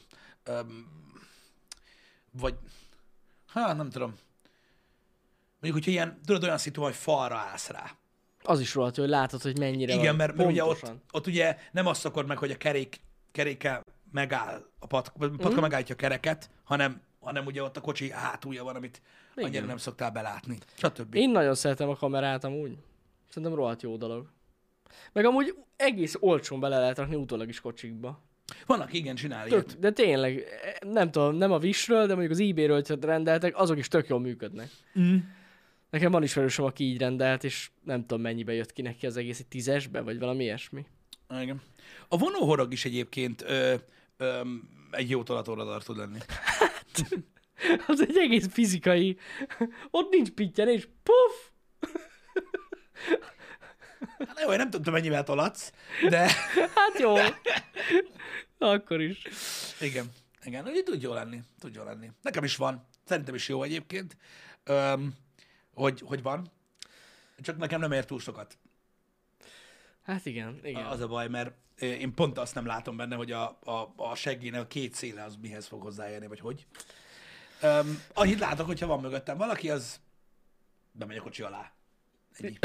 Vagy, hát nem tudom. Mondjuk, hogyha ilyen, tudod, olyan szitu, hogy falra állsz rá. Az is rohadt, jó, hogy látod, hogy mennyire Igen, van. mert ugye Pontosan. ott ugye nem azt szakad meg, hogy a kerékkel megáll, a patka megállítja a kereket, hanem ugye ott a kocsi hátulja van, amit annyira Igen. nem szoktál belátni. Stb. Én nagyon szeretem a kamerát amúgy. Szerintem rohadt jó dolog. Meg amúgy egész olcsón bele lehet rakni utólag is kocsikba. Vannak, igen, csinál ilyet. De tényleg, nem tudom, nem a Wish-ről, de mondjuk az eBay-ről, hogyha rendeltek, azok is tök jól működnek. Nekem van ismerősöm, aki így rendelt, és nem tudom mennyibe jött ki neki az egész, egy 10-esbe, vagy valami ilyesmi. Igen. A vonóhorog is egyébként egy jó tolatóradar tud lenni. Az egy egész fizikai. Ott nincs pittyenés, puff! Hát jó, én nem tudtam, mennyivel tolatsz, de Hát jó. Akkor is. igen. Igen, ugye tud jó lenni. Tud jó lenni. Nekem is van. Szerintem is jó egyébként, hogy van. Csak nekem nem ér túl sokat. Hát igen, igen. Az a baj, mert én pont azt nem látom benne, hogy a seggének a két széle az mihez fog hozzáérni, vagy hogy. Annyit látok, hogyha van mögöttem valaki, az bemegy a kocsi alá. Ennyi.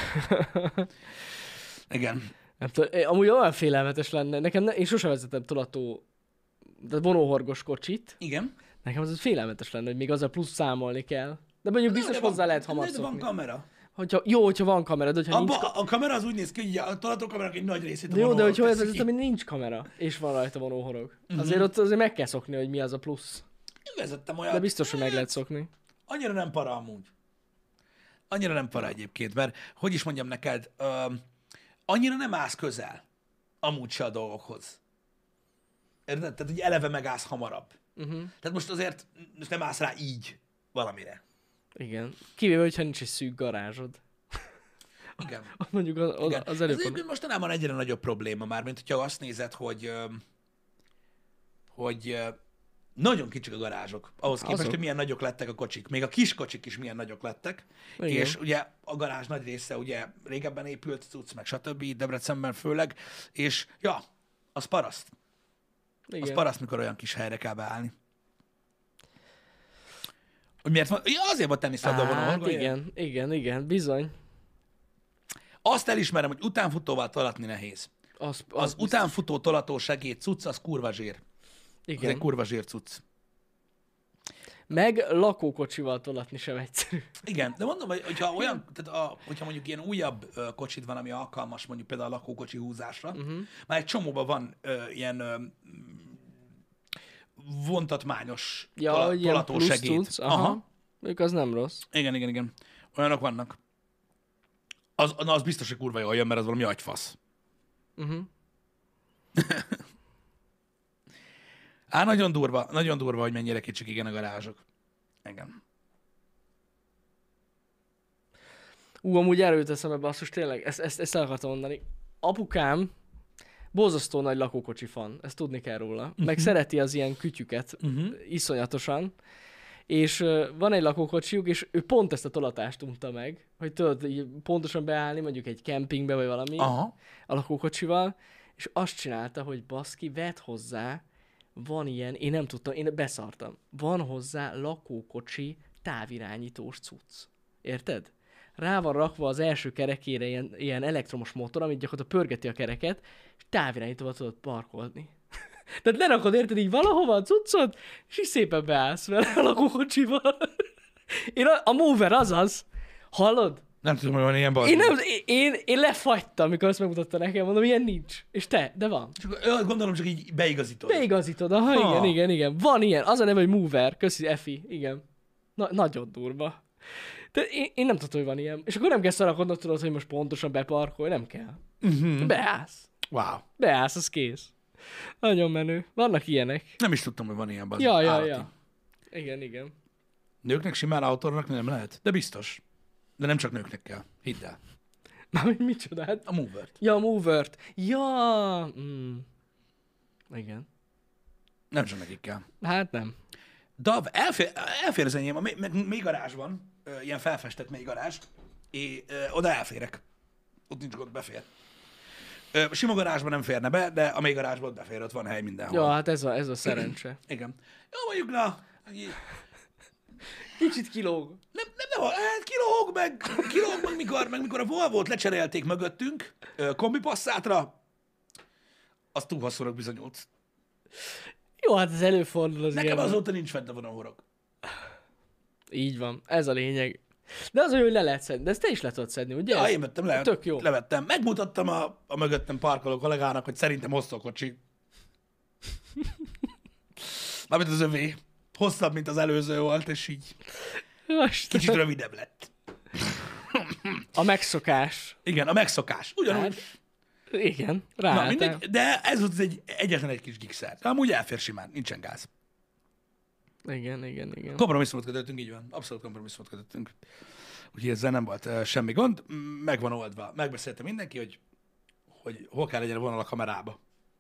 Igen. Nem tudom, amúgy olyan félelmetes lenne. Nekem én sosem vezettem tolató, de vonóhorgos kocsit. Igen. Nekem az félelmetes lenne, hogy még azzal plusz számolni kell. De mondjuk biztos hozzá lehet hamar de van szokni. kamera. Hogyha van kamera, de hogyha nincs A kamera az úgy néz ki, hogy a tolatókamerának egy nagy részét a de jó, de vonóhorog hogyha olyan teszi vezet, ki. ami nincs kamera, és van rajta vonóhorog. Azért ott azért meg kell szokni, hogy mi az a plusz. Én vezettem olyat. De biztos, hogy meg lehet szokni. Annyira nem para amúgy. Annyira nem para egyébként, mert hogy is mondjam neked, annyira nem állsz közel amúgy se a dolgokhoz. Érted? Tehát, hogy eleve megállsz hamarabb. Tehát most azért most nem állsz rá így valamire. Igen. Kivéve, hogyha nincs egy szűk garázsod. Igen. Mondjuk Igen. az Ez előbb. egyébként mostanában egyre nagyobb probléma már, mint hogyha azt nézed, hogy nagyon kicsik a garázsok. Ahhoz képest, Azok. hogy milyen nagyok lettek a kocsik. Még a kis kocsik is milyen nagyok lettek. Igen. És ugye a garázs nagy része ugye régebben épült, cucc, meg stb. Debrecenben főleg. És ja, az paraszt. Az Igen. paraszt, mikor olyan kis helyre kell beállni. Hogy miért van? Ja, azért van teniszlabda van a horgolya. igen, bizony. Azt elismerem, hogy utánfutóval tolatni nehéz. Az utánfutó tolató segéd cucc, az kurva zsír. Az Igen. egy kurva zsír cucc. Meg lakókocsival tolatni sem egyszerű. Igen, de mondom, hogy hogyha olyan, tehát hogyha mondjuk ilyen újabb kocsid van, ami alkalmas mondjuk például a lakókocsi húzásra, már egy csomóban van ilyen vontatmányos Ja, ilyen tolató plusz segéd. tudsz. Aha. Mondjuk az nem rossz. Igen. Olyanok vannak. Az biztos, hogy kurva jól jön, mert az valami agyfasz. Nagyon durva, hogy mennyire kicsik igen a garázsok. Igen. Amúgy erről jut eszembe, basszus, tényleg, ezt el akartam mondani. Apukám borzasztó nagy lakókocsi fan, ezt tudni kell róla. Meg szereti az ilyen kütyüket, iszonyatosan. És van egy lakókocsijuk, és ő pont ezt a tolatást unta meg, hogy tudod, így pontosan beállni, mondjuk egy kempingbe, vagy valami, Aha. a lakókocsival, és azt csinálta, hogy baszki, vedd hozzá, van ilyen, én nem tudtam, én beszartam, van hozzá lakókocsi távirányítós cucc. Érted? Rá van rakva az első kerekére ilyen elektromos motor, amit gyakorlatilag pörgeti a kereket, és távirányítóval tudod parkolni. Tehát lerakod, érted, így valahova a cuccot, és így szépen beállsz vele a lakókocsival. A mover azaz. Hallod? Nem tudom, hogy van ilyen balzsi. Én lefagytam, amikor azt megmutatta nekem, mondom, ilyen nincs. És de van. Gondolom, csak így beigazítod. Beigazítod, aha, igen. Van ilyen, az a neve, hogy mover, köszi, Efi, igen. Nagyon durva. De én nem tudom, hogy van ilyen. És akkor nem kell szarakodnod, tudod, hogy most pontosan beparkolj, nem kell. Beállsz. Wow. Beállsz, az kész. Nagyon menő. Vannak ilyenek. Nem is tudtam, hogy van ilyen balzsi. Ja. Igen. Nőknek simán autónak nem lehet, de biztos. De nem csak nőknek kell. Hidd el. Mármint micsodát? A movert. Ja, a movert. Ja. Igen. Nem csak nekik kell. Hát nem. Dav, elfér az enyém, a mély garázs van, ilyen felfestett mély garázs, és oda elférek. Ott nincs gond, befér. Sima garázsban nem férne be, de a mély garázsban ott befér, ott van hely mindenhol. Ja, hát ez a szerencse. Igen. Jó, mondjuk, na, Kicsit kilóg. nem, hát kilóg meg, mikor a Volvo-t lecserélték mögöttünk, kombi passzátra, az túl hosszúnak bizonyult. Jó, hát ez előfordul az Nekem ilyen. azóta nincs fent a vonalhorog. Így van, ez a lényeg. De az olyan, hogy le lehet szedni. De ezt te is le tudod szedni, ugye? Ja, Ez én vettem le. Tök jó. Levettem. Megmutattam a mögöttem parkoló kollégának, hogy szerintem hosszú a kocsi. Mármint az övé. Hosszabb, mint az előző volt, és így kicsit rövidebb lett. A megszokás. Igen, a megszokás. Ugyanúgy. Hát, igen, Na, mindegy, de ez volt egyetlen egy kis gigszer. Amúgy elfér simán, nincsen gáz. Igen. Kompromisszumot kötöttünk, így van. Abszolút kompromisszumot kötöttünk. Úgyhogy ezzel nem volt semmi gond. Meg van oldva. Megbeszélte mindenki, hogy hol kell legyen a vonal a kamerába.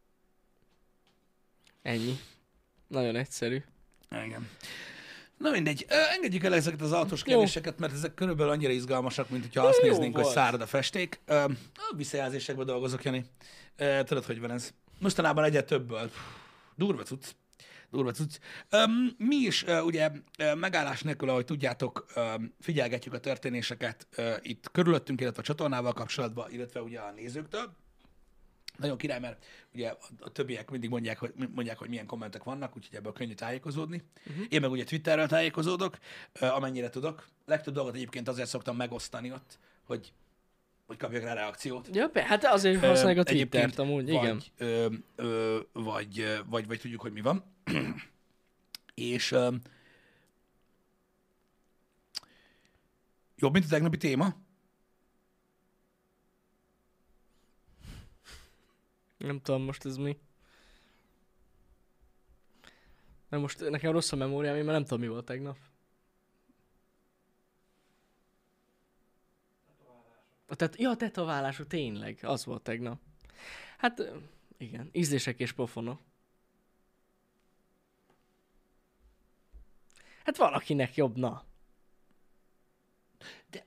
Ennyi. Nagyon egyszerű. Igen. Na mindegy, engedjük el ezeket az autós kérdéseket, mert ezek körülbelül annyira izgalmasak, mint hogyha azt Jó néznénk, hogy volt. szárad a festék. A visszajelzésekben dolgozok, Jani. Tudod, hogy van ez? Mostanában egyre többből. Durva cucc. Mi is ugye megállás nélkül, ahogy tudjátok, figyelgetjük a történéseket itt körülöttünk, illetve a csatornával kapcsolatban, illetve ugye a nézőktől. Nagyon király, mert ugye a többiek mindig mondják, hogy milyen kommentek vannak, úgyhogy ebből könnyű tájékozódni. Én meg ugye Twitterrel tájékozódok, amennyire tudok. Legtöbb dolgot egyébként azért szoktam megosztani ott, hogy kapjak rá reakciót. Ja, hát azért használjuk a Egyébként Twittert amúgy, igen. Vagy tudjuk, hogy mi van. És jobb, mint a tegnapi téma? Nem tudom most ez mi. Mert most nekem rossz a memóriám, én már nem tudom mi volt tegnap. A tetoválású, tényleg, az volt tegnap. Hát igen, ízlések és pofonok. Hát valakinek jobb, na. De...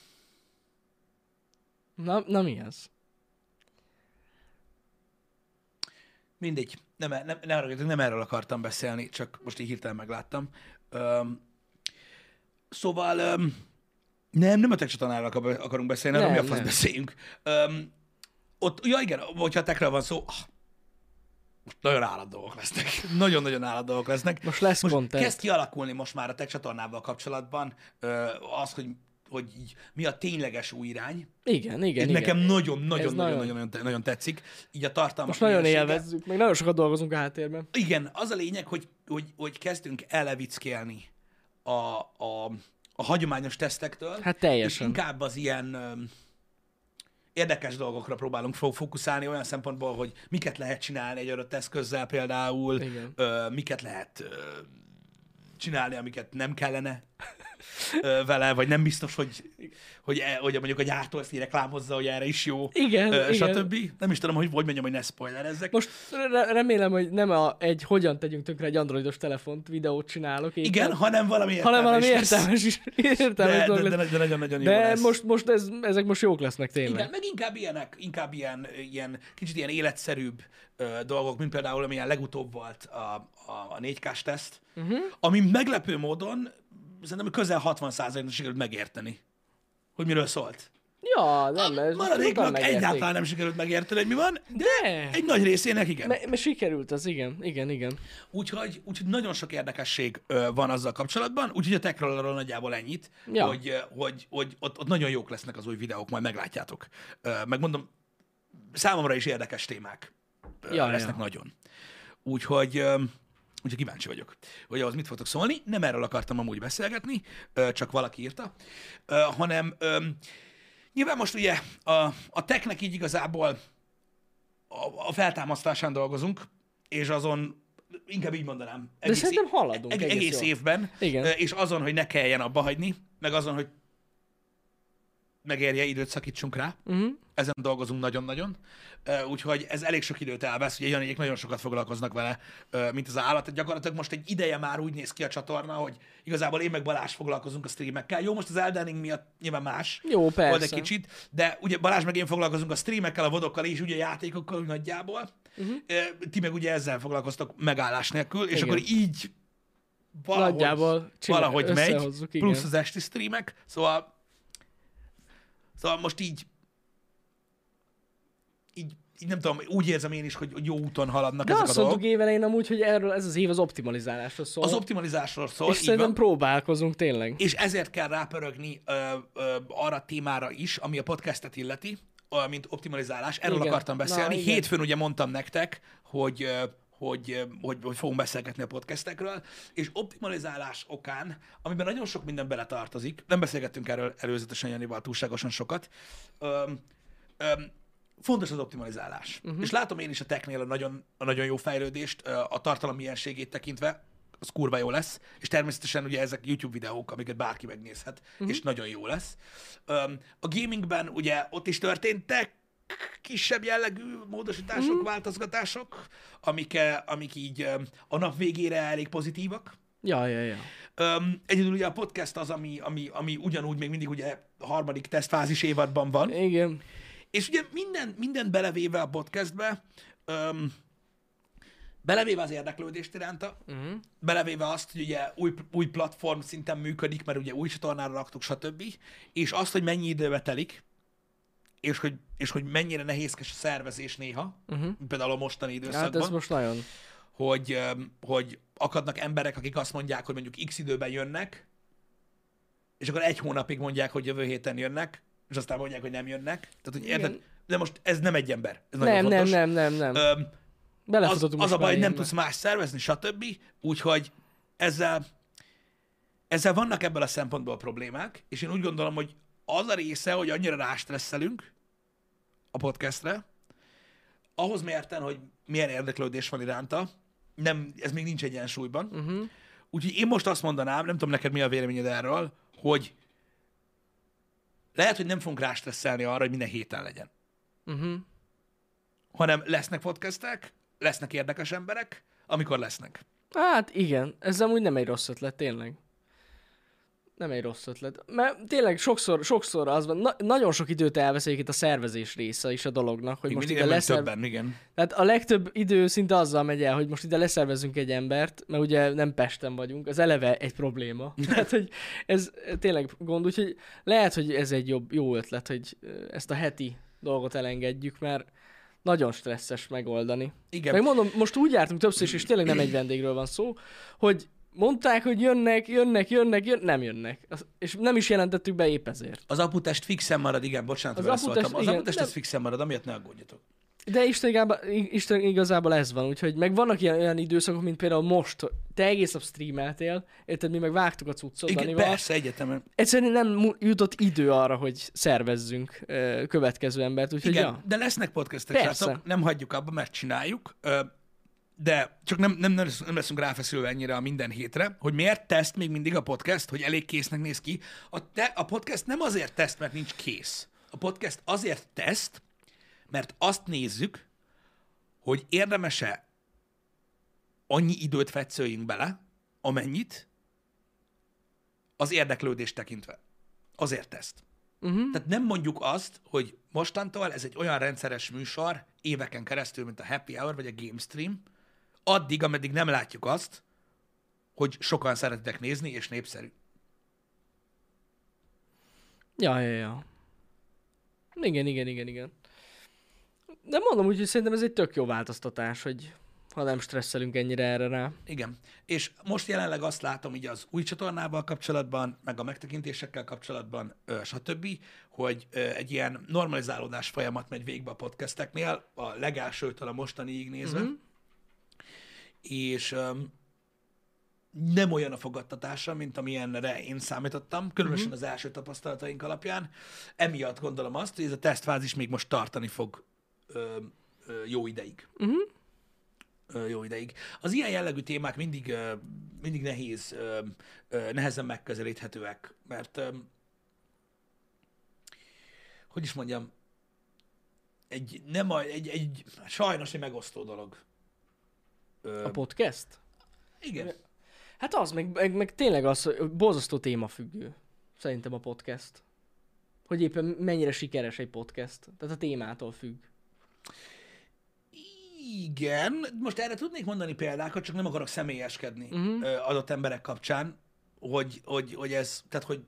Na mi az? Mindegy. Nem erről akartam beszélni, csak most így hirtelen megláttam. Szóval nem a tech csatornáról akarunk beszélni, arról mi a fasz beszéljünk. Ott, ja igen, hogyha a techről van szó, most nagyon állatdolgok lesznek. Nagyon-nagyon állatdolgok lesznek. Most lesz content. Kezd kialakulni most már a tech csatornával kapcsolatban az, hogy így, mi a tényleges új irány. Igen. Nekem nagyon tetszik. Így a tartalmak most nagyon élvezzük, meg nagyon sokat dolgozunk a háttérben. Igen, az a lényeg, hogy kezdünk ellevickélni a hagyományos tesztektől. Hát teljesen. És inkább az ilyen érdekes dolgokra próbálunk fókuszálni, olyan szempontból, hogy miket lehet csinálni egy adott eszközzel például, miket lehet csinálni, amiket nem kellene vele, vagy nem biztos, hogy mondjuk a gyártó ezt így reklámozza, hogy erre is jó, stb. Nem is tudom, hogy mondjam, hogy ne spoilerezzek. Most remélem, hogy nem egy hogyan tegyünk tönkre egy androidos telefont videót csinálok. Igen, hanem valami értelmes is. De nagyon-nagyon jó lesz. Most ezek most jók lesznek tényleg. Igen, meg inkább ilyen kicsit ilyen életszerűbb dolgok, mint például amilyen legutóbb volt a 4K-s teszt, ami meglepő módon szerintem közel 60%-nak sikerült megérteni, hogy miről szólt. Ja, nem, ez maradéknak egyáltalán nem sikerült megérteni, hogy mi van, de egy nagy részének igen. Mert sikerült az, igen. Úgyhogy nagyon sok érdekesség van azzal kapcsolatban, úgyhogy a techről nagyjából ennyit, hogy ott nagyon jók lesznek az új videók, majd meglátjátok. Megmondom, számomra is érdekes témák lesznek nagyon. Úgyhogy kíváncsi vagyok, hogy ahhoz mit fogtok szólni. Nem erről akartam amúgy beszélgetni, csak valaki írta, hanem nyilván most ugye a technek így igazából a feltámasztásán dolgozunk, és azon inkább így mondanám. De szerintem haladunk egész évben, igen. És azon, hogy ne kelljen abba hagyni, meg azon, hogy megérje, időt szakítsunk rá. Ezen dolgozunk nagyon-nagyon. Úgyhogy ez elég sok időt elvesz, ugye Janiék nagyon sokat foglalkoznak vele, mint az állat. Gyakorlatilag most egy ideje már úgy néz ki a csatorna, hogy igazából én meg Balázs foglalkozunk a streamekkel. Jó, most az Elden Ring miatt nyilván más. Jó, persze. Volt egy kicsit, de ugye Balázs meg én foglalkozunk a streamekkel, a vodokkal és ugye játékokkal úgy nagyjából. Ti meg ugye ezzel foglalkoztok megállás nélkül, és akkor így valahogy megy, plusz az esti streamek. Szóval most így nem tudom, úgy érzem én is, hogy jó úton haladnak ezek a dolgok. De azt mondtuk évelején amúgy, hogy erről ez az év az optimalizálásról szól. Az optimalizásról szól, és szerintem próbálkozunk tényleg. És ezért kell rápörögni arra a témára is, ami a podcastet illeti, mint optimalizálás. Erről akartam beszélni. Hétfőn ugye mondtam nektek, hogy fogunk beszélgetni a podcastekről, és optimalizálás okán, amiben nagyon sok minden beletartozik, nem beszélgettünk erről előzetesen Janival túlságosan sokat, fontos az optimalizálás. És látom én is a technél a nagyon jó fejlődést, a tartalom mienségét tekintve, az kurva jó lesz, és természetesen ugye ezek YouTube videók, amiket bárki megnézhet, és nagyon jó lesz. A gamingben ugye ott is történtek kisebb jellegű módosítások, változgatások, amik így a nap végére elég pozitívak. Ja. Egyedül ugye a podcast az, ami ugyanúgy még mindig ugye a harmadik tesztfázis évadban van. Igen. És ugye minden belevéve a podcastbe, belevéve az érdeklődést iránta, belevéve azt, hogy ugye új platform szinten működik, mert ugye új csatornára raktuk, stb. És azt, hogy mennyi időbe telik, és hogy mennyire nehézkes a szervezés néha, például a mostani időszakban. Hát ez most nagyon. Hogy akadnak emberek, akik azt mondják, hogy mondjuk X időben jönnek, és akkor egy hónapig mondják, hogy jövő héten jönnek, és aztán mondják, hogy nem jönnek. Tehát, hogy érted? De most ez nem egy ember. Ez nem. Az a baj, hogy nem tudsz más szervezni, stb. Úgyhogy ezzel vannak ebből a szempontból problémák, és én úgy gondolom, hogy az a része, hogy annyira rástresszelünk a podcastre, ahhoz mérten, hogy milyen érdeklődés van iránta, nem, ez még nincs egyensúlyban. Úgyhogy én most azt mondanám, nem tudom neked mi a véleményed erről, hogy lehet, hogy nem fogunk rástresszelni arra, hogy minden héten legyen. Hanem lesznek podcastek, lesznek érdekes emberek, amikor lesznek. Hát igen, ez amúgy nem egy rossz ötlet, tényleg. Nem egy rossz ötlet. Mert tényleg sokszor az van, nagyon sok időt elveszik itt a szervezés része is a dolognak, hogy Még most mindig ide többen, igen. Tehát a legtöbb idő szinte azzal megy el, hogy most ide leszervezünk egy embert, mert ugye nem Pesten vagyunk, az eleve egy probléma. Tehát, hogy ez tényleg gond, úgyhogy lehet, hogy ez egy jó ötlet, hogy ezt a heti dolgot elengedjük, mert nagyon stresszes megoldani. Igen. Meg mondom, most úgy jártunk többször is, és tényleg nem egy vendégről van szó, hogy mondták, hogy jönnek, nem jönnek. És nem is jelentettük be épp ezért. Az aputest fixen marad, igen, bocsánat, hogy beleszóltam. Az aputest ez fixen marad, amiatt ne aggódjatok. De Isten igazából ez van, úgyhogy meg vannak olyan időszakok, mint például most, te egész nap streameltél, érted, mi meg vágtuk a cuccot Igen, Danival. persze, egyetemen. Egyszerűen nem jutott idő arra, hogy szervezzünk következő embert, úgyhogy Igen, ja. de lesznek podcastek, srácok, nem hagyjuk abba, mert csináljuk, de csak nem leszünk ráfeszülve ennyire a minden hétre, hogy miért teszt még mindig a podcast, hogy elég késznek néz ki. A podcast nem azért teszt, mert nincs kész. A podcast azért teszt, mert azt nézzük, hogy érdemes-e annyi időt fetszöljünk bele, amennyit az érdeklődést tekintve. Azért teszt. Tehát nem mondjuk azt, hogy mostantól ez egy olyan rendszeres műsor éveken keresztül, mint a Happy Hour vagy a Game Stream, addig, ameddig nem látjuk azt, hogy sokan szeretitek nézni, és népszerű. Ja. Igen. De mondom úgy, hogy szerintem ez egy tök jó változtatás, hogy ha nem stresszelünk ennyire erre rá. Igen. És most jelenleg azt látom így az új csatornával kapcsolatban, meg a megtekintésekkel kapcsolatban, stb., hogy egy ilyen normalizálódás folyamat megy végbe a podcasteknél, a legelsőtől a mostaniig nézve, és nem olyan a fogadtatása, mint amilyenre én számítottam, különösen az első tapasztalataink alapján. Emiatt gondolom azt, hogy ez a tesztfázis még most tartani fog jó ideig. Jó ideig. Az ilyen jellegű témák mindig nehéz, nehezen megközelíthetőek, mert hogy is mondjam, sajnos egy megosztó dolog. A podcast? Igen. Hát az, meg tényleg az, hogy borzasztó témafüggő. Szerintem a podcast. Hogy éppen mennyire sikeres egy podcast. Tehát a témától függ. Igen, most erre tudnék mondani példákat, csak nem akarok személyeskedni adott emberek kapcsán, hogy ez, tehát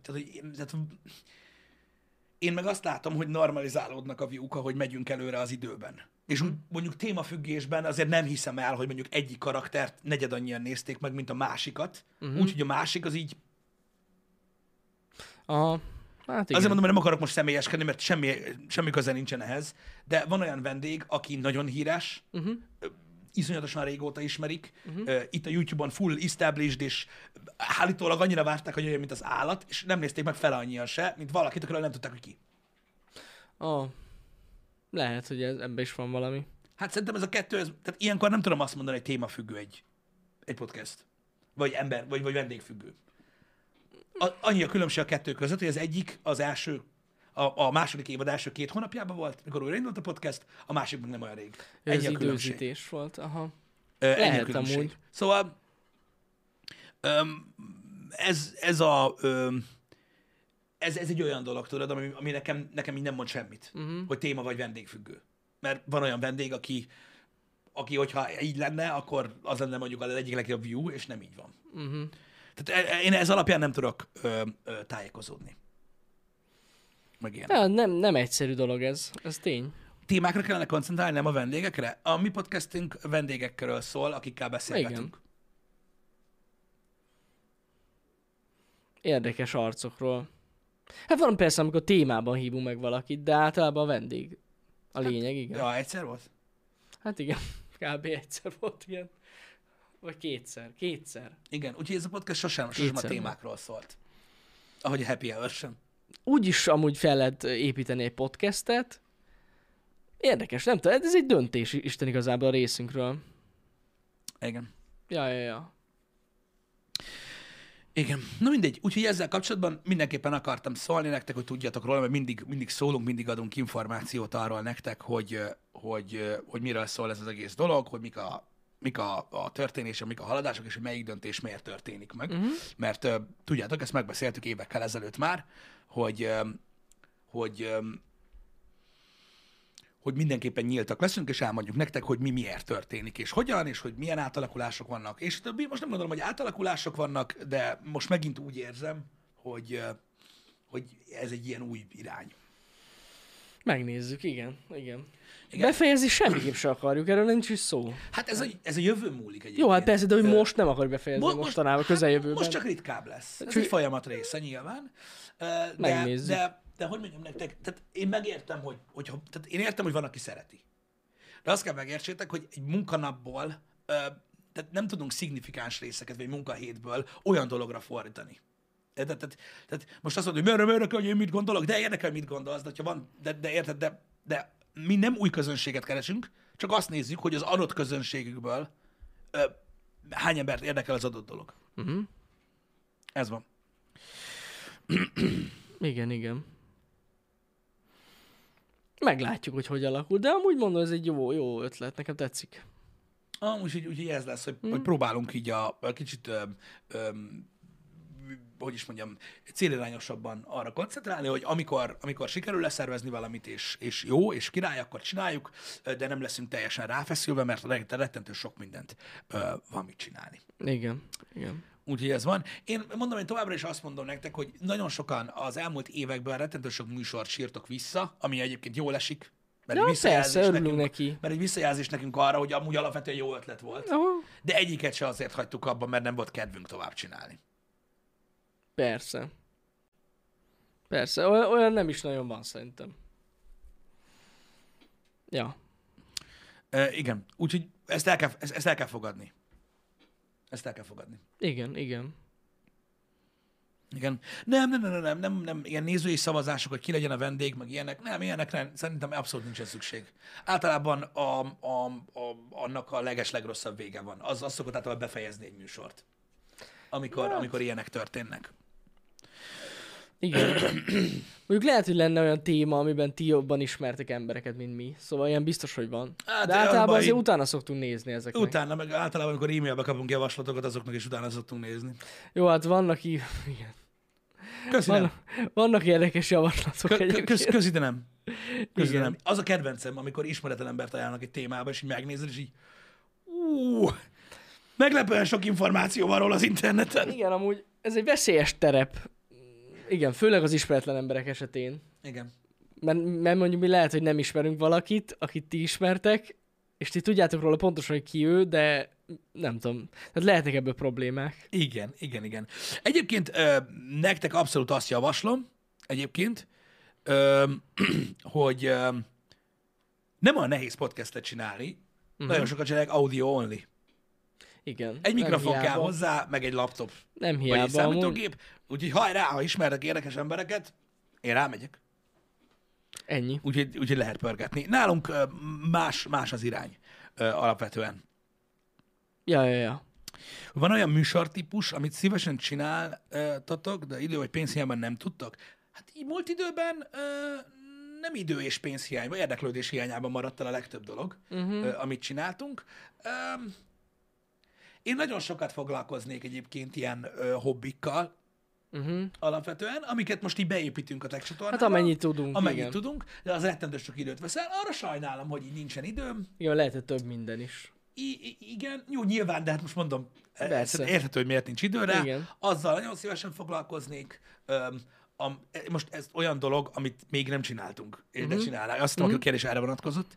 én meg azt látom, hogy normalizálódnak a view-k, ahogy megyünk előre az időben. És úgy mondjuk témafüggésben azért nem hiszem el, hogy mondjuk egyik karaktert negyed annyian nézték meg, mint a másikat. Úgyhogy a másik az így... Hát igen. Azért mondom, hogy nem akarok most személyeskedni, mert semmi köze nincsen ehhez, de van olyan vendég, aki nagyon híres, iszonyatosan régóta ismerik, itt a YouTube-on full established, és állítólag annyira várták, hogy olyan, mint az állat, és nem nézték meg fel annyian se, mint valakit, akiről nem tudták, hogy ki. Lehet, hogy ebben is van valami. Hát szerintem ez a kettő, tehát ilyenkor nem tudom azt mondani, hogy témafüggő egy podcast. Vagy ember, vagy vendégfüggő. Annyi a különbség a kettő között, hogy az egyik az első, a második évad első 2 hónapjában volt, mikor újraindult a podcast, a másik meg nem olyan rég. Ez időzítés volt, aha. Ennyi a különbség. Amúgy. Szóval ez egy olyan dolog, tudod, ami nekem így nem mond semmit, hogy téma vagy vendégfüggő. Mert van olyan vendég, aki hogyha így lenne, akkor az lenne mondjuk az egyik legjobb view, és nem így van. Tehát én ez alapján nem tudok tájékozódni. Meg ilyen. Ja, nem egyszerű dolog ez tény. Témákra kellene koncentrálni, nem a vendégekre? A mi podcastünk vendégekről szól, akikkel beszélgetünk. Igen. Érdekes arcokról. Hát van persze, amikor témában hívunk meg valakit, de általában a vendég a lényeg, igen. Ja, egyszer volt? Hát igen, kb. Egyszer volt, igen. Vagy kétszer. Igen, úgyhogy ez a podcast sosem a témákról szólt. Ahogy a Happy Hour sem. Úgy is amúgy fel lehet építeni egy podcastet, Érdekes, nem tudom, ez egy döntés Isten igazából a részünkről. Igen. Ja. Igen. Na mindegy, úgyhogy ezzel kapcsolatban mindenképpen akartam szólni nektek, hogy tudjatok róla, mert mindig szólunk, mindig adunk információt arról nektek, hogy miről szól ez az egész dolog, hogy mik a történések, mik a haladások, és hogy melyik döntés miért történik meg. Mert tudjátok, ezt megbeszéltük évekkel ezelőtt már, hogy mindenképpen nyíltak leszünk, és elmondjuk nektek, hogy mi miért történik, és hogyan, és hogy milyen átalakulások vannak. És többi, most nem gondolom, hogy átalakulások vannak, de most megint úgy érzem, hogy ez egy ilyen új irány. Megnézzük, igen. Befejezni semmiképp se akarjuk, erről nincs is szó. Hát ez a jövő múlik egyébként. Jó, hát persze, de hogy most nem akarjuk befejezni mostanában, közeljövőben. Most csak ritkább lesz. Ez egy folyamat része nyilván. Megnézzük. De hogy mondjam nektek, tehát én megértem, tehát én értem, hogy van, aki szereti. De azt kell megértsétek, hogy egy munkanapból tehát nem tudunk szignifikáns részeket, vagy munkahétből olyan dologra fordítani. Tehát most azt mondod, hogy merre, hogy én mit gondolok, de érdekel, mit gondolsz, de érted, de mi nem új közönséget keresünk, csak azt nézzük, hogy az adott közönségükből hány embert érdekel az adott dolog. Ez van. Igen. Meglátjuk, hogy alakul, de amúgy mondom, ez egy jó ötlet, nekem tetszik. Úgyhogy ez lesz, hogy próbálunk így a kicsit, hogy is mondjam, célirányosabban arra koncentrálni, hogy amikor sikerül leszervezni valamit, és jó, és király, akkor csináljuk, de nem leszünk teljesen ráfeszülve, mert rettentő sok mindent van mit csinálni. Igen. Úgyhogy ez van. Én továbbra is azt mondom nektek, hogy nagyon sokan az elmúlt években rettentő sok műsort sírtok vissza, ami egyébként jól esik. Mert egy visszajelzés nekünk arra, hogy amúgy alapvetően jó ötlet volt. De egyiket se azért hagytuk abban, mert nem volt kedvünk tovább csinálni. Persze, olyan nem is nagyon van szerintem. Ja. Igen, úgyhogy ezt el kell fogadni. Igen. Igen. Nem, ilyen nézői szavazások, hogy ki legyen a vendég, meg ilyenekre szerintem abszolút nincsen szükség. Általában annak a legrosszabb vége van. Az szokott általában befejezni egy műsort, amikor ilyenek történnek. Igen. Mondjuk lehet, hogy lenne olyan téma, amiben ti jobban ismertek embereket, mint mi. Szóval ilyen biztos, hogy van. De általában azért utána szoktunk nézni ezeknek. Utána, meg általában, amikor e-mailbe kapunk javaslatokat, azoknak is utána szoktunk nézni. Jó, hát vannak igen. Köszönöm. Vannak érdekes javaslatok egyébként. Köszönöm. Az a kedvencem, amikor ismeretlen embert ajánlnak egy témába, és így megnézed, és így meglepően sok információ van róla az interneten. Igen, amúgy ez egy veszélyes terep. Igen, főleg az ismeretlen emberek esetén. Igen. Mert mondjuk mi lehet, hogy nem ismerünk valakit, akit ti ismertek, és ti tudjátok róla pontosan, hogy ki ő, de nem tudom. Tehát lehetnek ebből problémák. Igen. Egyébként nektek abszolút azt javaslom, egyébként, hogy nem olyan nehéz podcastet csinálni, nagyon sokat csinálják audio only. Igen. Egy mikrofon kell hozzá, meg egy laptop. Nem hiába. Vagy egy számítógép. Úgyhogy hajrá, ha ismertek érdekes embereket, én rámegyek. Ennyi. Úgyhogy lehet pörgetni. Nálunk más az irány alapvetően. Ja. Van olyan műsortípus, amit szívesen csináltatok, de idő vagy pénzhiányban nem tudtok? Hát így múlt időben nem idő és pénzhiány, vagy érdeklődés hiányában maradt el a legtöbb dolog, amit csináltunk. Én nagyon sokat foglalkoznék egyébként ilyen hobbikkal, alapvetően, amiket most így beépítünk a tech csatornába. Hát amennyit tudunk. Amennyit tudunk, de az rettentő sok időt veszel. Arra sajnálom, hogy így nincsen időm. Igen, lehet több minden is. Igen, jó, nyilván, de hát most mondom, érthető, hogy miért nincs időre. Igen. Azzal nagyon szívesen foglalkoznék. Most ez olyan dolog, amit még nem csináltunk, és de csinálnánk. Azt tudom, hogy a kérdés erre vonatkozott.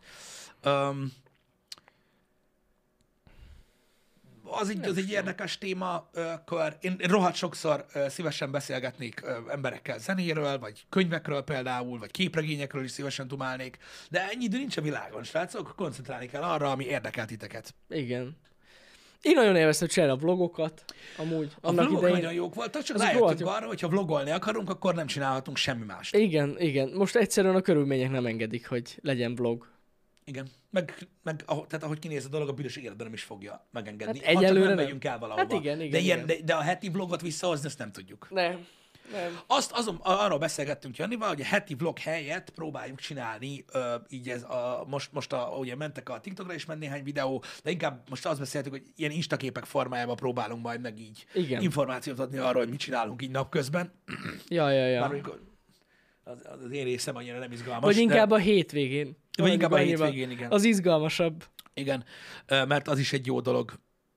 Az egy érdekes témakör. Én rohadt sokszor szívesen beszélgetnék emberekkel zenéről, vagy könyvekről például, vagy képregényekről is szívesen dumálnék, de ennyi idő nincs a világon, srácok, koncentrálni kell arra, ami érdekel titeket. Igen. Én nagyon élveztem csinálni a vlogokat, amúgy. A vlogok idején nagyon jók voltak, csak rájöttünk arra, hogy ha vlogolni akarunk, akkor nem csinálhatunk semmi mást. Igen. Most egyszerűen a körülmények nem engedik, hogy legyen vlog. Igen. Tehát ahogy kinéz a dolog, a büdös életben nem is fogja megengedni. Hát egyelőre nem nem. megyünk el valahova. Hát igen, de, igen. De a heti vlogot visszahozni, ezt nem tudjuk. Nem. Arról beszélgettünk Janival, hogy a heti vlog helyett próbáljuk csinálni, így ez most ugye mentek a TikTokra is ment néhány videó, de inkább most azt beszéltük, hogy ilyen instaképek formájában próbálunk majd meg így információt adni arról, hogy mit csinálunk így napközben. Ja. Már az én részem annyira nem izgalmas. Vagy inkább a hétvégén. Vagy inkább a hétvégén, igen. Az izgalmasabb. Igen, mert az is egy jó dolog.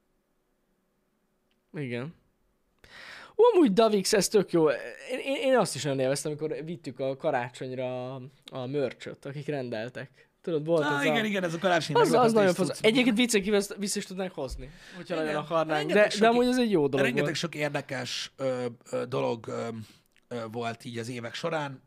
Igen. Amúgy Davix, ez tök jó. Én azt is nagyon élveztem, amikor vittük a karácsonyra a merch-öt, akik rendeltek. Tudod, volt ez igen, ez a karácsonyi az nagyon fontos. Egyébként viccen kívül vissza is tudnánk hozni, hogyha nagyon akarnánk. De amúgy ez egy jó dolog rengeteg volt. sok érdekes dolog volt így az évek során,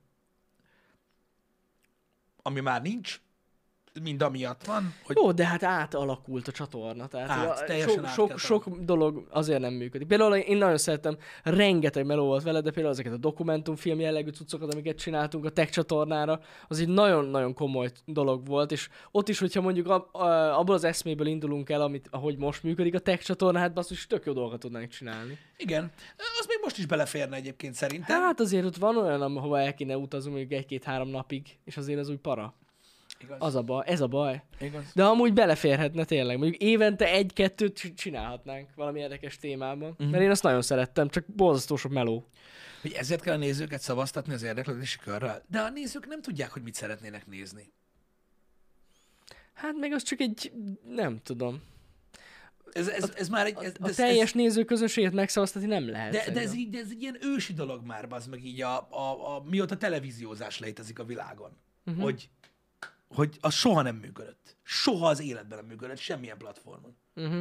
ami már nincs, mind amiatt van, hogy... Jó, de hát átalakult a csatorna. Tehát sok dolog azért nem működik. Például én nagyon szerettem, rengeteg meló volt vele, de például ezeket a dokumentumfilm jellegű cuccokat, amiket csináltunk a Tech csatornára, az egy nagyon-nagyon komoly dolog volt, és ott is, hogyha mondjuk abból az eszméből indulunk el, ahogy most működik a Tech csatorna, hát basszus, tök jó dolgokat tudnánk csinálni. Igen, az még most is beleférne egyébként szerintem. Hát azért ott van olyan, ahova el kéne utazni mondjuk 1-2-3 napig, és azért az úgy para. Igaz. Ez a baj. Igaz. De amúgy beleférhetne tényleg. Mondjuk évente 1-2-t csinálhatnánk valami érdekes témában. Mert én azt nagyon szerettem, csak borzasztó sok meló. Hogy ezért kell a nézőket szavaztatni az érdeklődési körrel. De a nézők nem tudják, hogy mit szeretnének nézni. Hát meg az csak egy... nem tudom. Ez már egy... A teljes nézőközönséget megszavaztatni nem lehet. De ez egy ilyen ősi dolog már, az meg így mióta televíziózás létezik a világon. Hogy az soha nem működött. Soha az életben nem működött, semmilyen platformon.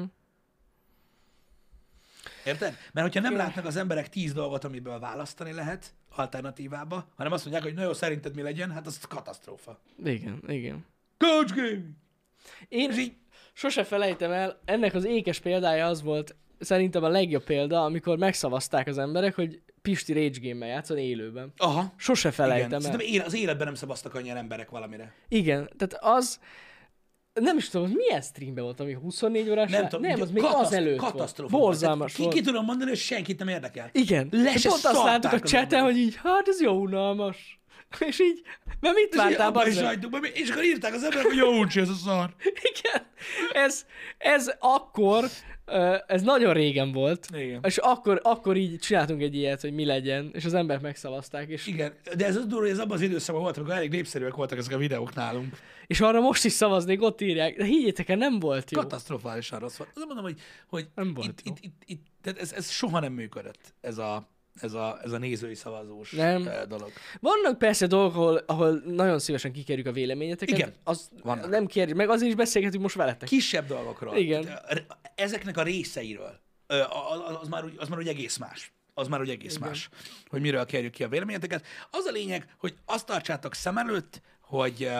Érted? Mert hogyha nem látnak az emberek 10 dolgot, amiből választani lehet alternatívába, hanem azt mondják, hogy na jó, szerinted mi legyen, hát az katasztrófa. Igen. Coach Gaming! Én így sose felejtem el, ennek az ékes példája az volt, szerintem a legjobb példa, amikor megszavazták az emberek, hogy Pisti Rage Game-mel játszon élőben. Aha. Sose felejtem el. Szerintem az életben nem szavaztak annyian emberek valamire. Igen, tehát az... Nem is tudom, hogy milyen streamben volt, ami 24 órás? Nem tudom, nem, az még azelőtt katasztrófa volt. Borzalmas volt. Ki tudom mondani, hogy senkit nem érdekel. Igen. Pont azt láttuk a chaten, hogy így, hát ez jó unalmas. És így, mert mit vártál be? És akkor írták az emberek, hogy jó uncsi ez a szar. Igen. Ez akkor, ez nagyon régen volt. Igen. És akkor így csináltunk egy ilyet, hogy mi legyen, és az emberek megszavazták. És... Igen, de ez az durva, hogy ez abban az időszakban volt, amikor elég népszerűek voltak ezek a videók nálunk. És arra most is szavaznék, ott írják. De higgyétek el, nem volt jó. Katasztrofálisan rossz volt. Azt mondom, hogy nem volt itt tehát ez soha nem működött, ez a nézői szavazós dolog. Vannak persze dolgok, ahol nagyon szívesen kikerjük a véleményeteket. Igen, vannak. Nem kérjük, meg azért is beszélgetünk most veletek. Kisebb dolgokról. Igen. Ezeknek a részeiről, az már úgy egész más. Az már úgy egész más, hogy miről kérjük ki a véleményeteket. Az a lényeg, hogy azt tartsátok szem előtt, hogy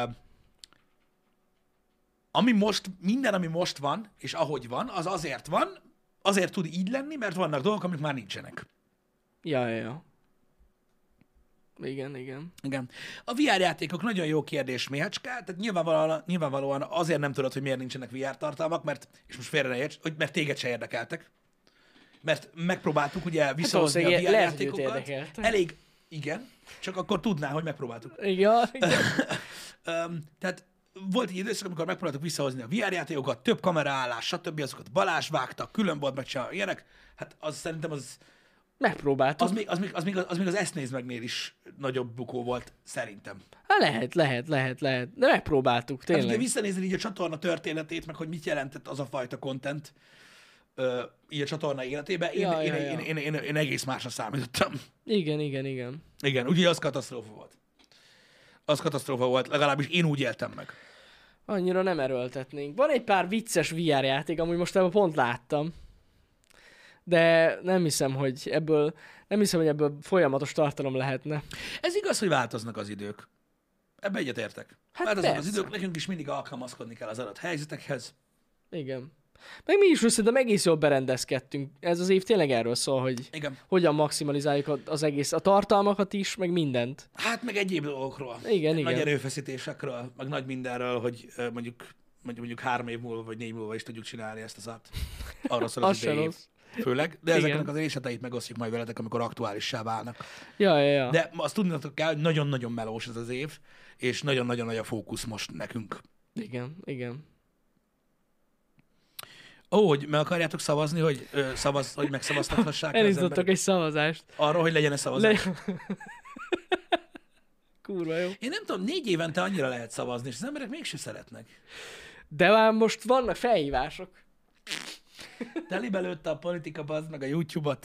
minden, ami most van, és ahogy van, az azért van, azért tud így lenni, mert vannak dolgok, amik már nincsenek. Ja. Igen. A VR játékok nagyon jó kérdés, Méhecske, tehát nyilvánvalóan azért nem tudod, hogy miért nincsenek VR tartalmak, és most félre ne érts, hogy mert téged se érdekeltek. Mert megpróbáltuk ugye visszahozni a VR játékokat. Elég, igen, csak akkor tudná, hogy megpróbáltuk. Igen. Tehát volt egy időszak, amikor megpróbáltuk visszahozni a VR játékokat, több kameraállás, stb. Azokat Balázs vágta, külön volt megcsinálva ilyenek. Hát az szerintem az... Megpróbáltuk. Az még az Ezt nézd megnél is nagyobb bukó volt, szerintem. Hát lehet. De megpróbáltuk, tényleg. Hát ugye visszanézni így a csatorna történetét, meg hogy mit jelentett az a fajta content így a csatorna életében, én egész másra számítottam. Igen. Igen, ugye az katasztrófa volt. Legalábbis én úgy éltem meg. Annyira nem erőltetnénk. Van egy pár vicces VR játék, amúgy most ebben pont láttam. De nem hiszem, hogy ebből folyamatos tartalom lehetne. Ez igaz, hogy változnak az idők. Ebbe egyetértek. Hát változnak persze. az idők, nekünk is mindig alkalmazkodni kell az adott helyzetekhez. Igen. Meg mi is szerintem egész jól berendezkedtünk. Ez az év tényleg erről szól, hogy Igen. hogyan maximalizáljuk az egész, a tartalmakat is, meg mindent. Hát meg egyéb dolgokról. Igen, Nagy igen. erőfeszítésekről, meg nagy mindenről, hogy mondjuk 3 év múlva, vagy 4 múlva is tudjuk csinálni ezt az át. Arra szól Az az se idei év. rossz. Főleg. De Igen. ezeknek az részleteit megosztjuk majd veletek, amikor aktuálissá válnak. Ja. De azt tudnátok kell, hogy nagyon-nagyon melós ez az év, és nagyon-nagyon nagy a fókusz most nekünk. Igen. Ó, hogy meg akarjátok szavazni, hogy, hogy megszavaztathassák az Elindítottak emberek? egy szavazást. Arról, hogy legyen-e szavazás. Kurva jó. Én nem tudom, 4 évente annyira lehet szavazni, és az emberek mégsem szeretnek. De már most vannak felhívások. Telibe lőtte a politika, bazd meg a YouTube-ot.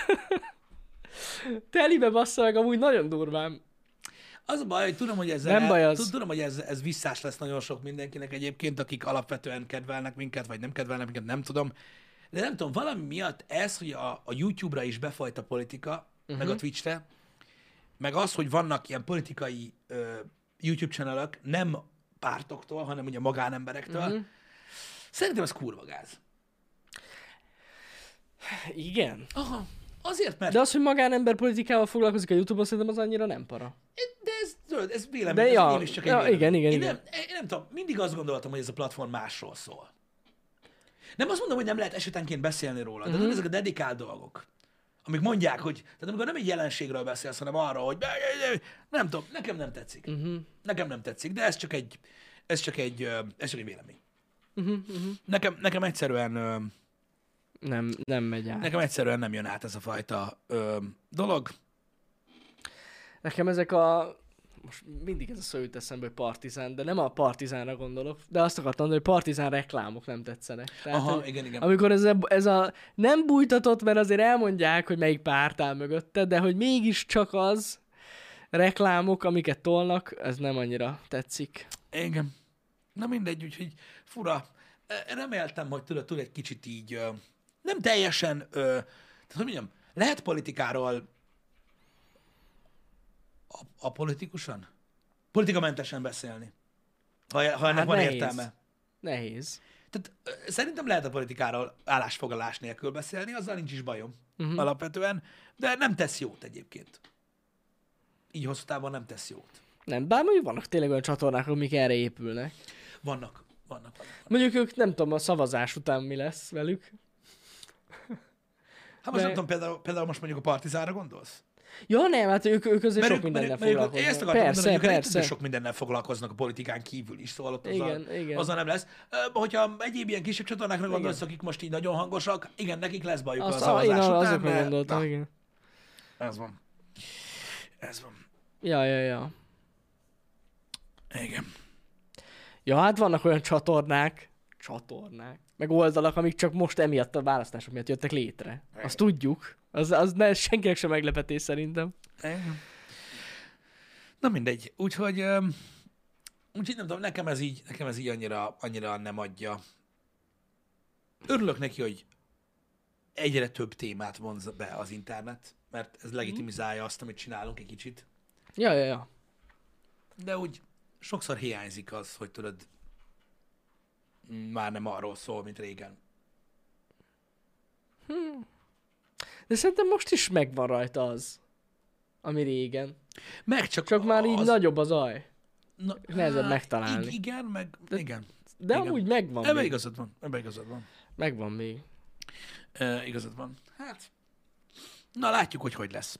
Telibe bassza meg amúgy nagyon durván. Az a baj, hogy tudom, hogy Nem baj az. tudom, hogy ez visszás lesz nagyon sok mindenkinek egyébként, akik alapvetően kedvelnek minket, vagy nem kedvelnek minket, nem tudom. De nem tudom, valami miatt ez, hogy a YouTube-ra is befolyt a politika, meg a Twitch-re, meg az, hogy vannak ilyen politikai YouTube channelök, nem pártoktól, hanem ugye magánemberektől, szerintem ez kurva gáz. Igen. Aha, azért, mert... De az, hogy magánember politikával foglalkozik a YouTube-on, szerintem az annyira nem para. De ez vélemény, De ez ja, én is csak ja, egy vélemény. igen. Én nem tudom, mindig azt gondoltam, hogy ez a platform másról szól. Nem azt mondom, hogy nem lehet esetenként beszélni róla, de ezek a dedikált dolgok, amik mondják, hogy, tehát amikor nem egy jelenségről beszélsz, hanem arról, hogy nem tudom, nekem nem tetszik. Nekem nem tetszik, de ez csak egy vélemény. Nekem egyszerűen Nem megy át. nekem egyszerűen nem jön át ez a fajta dolog. Nekem ezek a... Most mindig ez a szó jut eszembe, hogy partizán, de nem a partizánra gondolok, de azt akartam mondani, hogy partizán reklámok nem tetszenek. Tehát, Aha, hogy igen. amikor ez a nem bújtatott, mert azért elmondják, hogy melyik párt áll mögötte, de hogy mégiscsak az reklámok, amiket tolnak, ez nem annyira tetszik. Igen. Na mindegy, úgyhogy fura. Reméltem, hogy tudod egy kicsit így, nem teljesen, tehát hogy mondjam, lehet politikáról apolitikusan? Politikamentesen beszélni. Ha ennek van nehéz. értelme. Nehéz. Tehát szerintem lehet a politikáról állásfoglalás nélkül beszélni, azzal nincs is bajom alapvetően, de nem tesz jót egyébként. Így hosszú távon nem tesz jót. Nem, bár mondjuk vannak tényleg olyan csatornák, amik erre épülnek. Vannak. Mondjuk ők nem tudom, a szavazás után mi lesz velük. Hát most nem tudom, például most mondjuk a Partizánra gondolsz? Ja nem, hát ők azért sok mindennel Ezt foglalkoznak. akartam mondani, hogy Persze. sok mindennel foglalkoznak a politikán kívül is, szóval ott Igen. azzal nem lesz. Hogyha egyéb ilyen kisebb csatornákra gondolsz, akik most így nagyon hangosak, igen, nekik lesz bajuk a szavazás után, azokra gondoltam, igen. Ez van. Ja. Igen. Ja, hát vannak olyan csatornák, meg oldalak, amik csak most emiatt a választások miatt jöttek létre. Azt tudjuk. Az senkinek sem meglepetés szerintem. Igen. Na mindegy. Úgyhogy nem tudom, nekem ez így annyira nem adja. Örülök neki, hogy egyre több témát vonz be az internet, mert ez legitimizálja azt, amit csinálunk egy kicsit. Ja. De úgy sokszor hiányzik az, hogy tudod, már nem arról szól, mint régen. De szerintem most is megvan rajta az, ami régen. Meg Csak már így nagyobb az aj. Nehezebb megtalálni. Igen, igen. De igen. amúgy megvan Ebben még. igazad van. Megvan még. Igazad van. Hát, na látjuk, hogy lesz.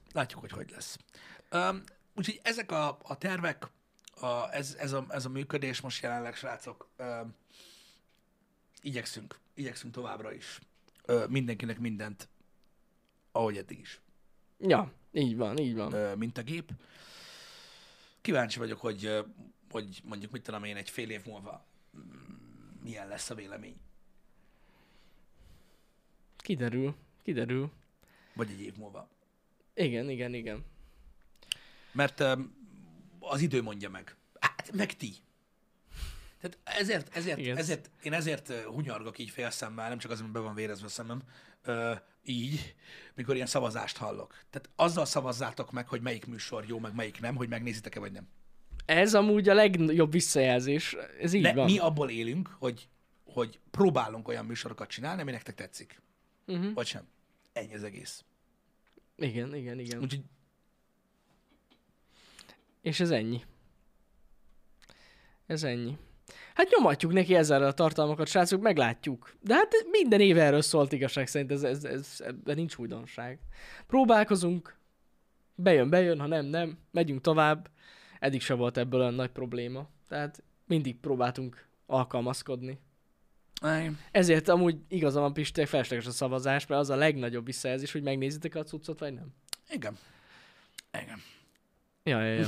Úgyhogy ezek a tervek, ez a működés most jelenleg, srácok, igyekszünk továbbra is. Mindenkinek mindent, ahogy eddig is. Ja, így van. Mint a gép. Kíváncsi vagyok, hogy mondjuk, mit tudom én, egy fél év múlva milyen lesz a vélemény. Kiderül. Vagy egy év múlva. Igen. Mert az idő mondja meg. Hát, meg ti. Tehát ezért hunyargok így félszemmel, nem csak azért, mert be van vérezve a szemem, így, mikor ilyen szavazást hallok. Tehát azzal szavazzátok meg, hogy melyik műsor jó, meg melyik nem, hogy megnézitek-e vagy nem. Ez amúgy a legjobb visszajelzés. Ez így van. Mi abból élünk, hogy hogy próbálunk olyan műsorokat csinálni, ami nektek tetszik. Uh-huh. Vagy sem. Ennyi az egész. Igen, igen, igen. Úgyhogy És ez ennyi. Ez ennyi. Hát nyomatjuk neki ezzel a tartalmakat, srácok, meglátjuk. De hát minden év erről szólt igazság szerint, ebben nincs újdonság. Próbálkozunk, bejön, ha nem, megyünk tovább. Eddig se volt ebből olyan nagy probléma. Tehát mindig próbáltunk alkalmazkodni. Ezért amúgy igazam van, Pisti, felesleges a szavazás, mert az a legnagyobb visszajelzés, hogy megnézitek a cuccot, vagy nem. Igen. Igen. Ja.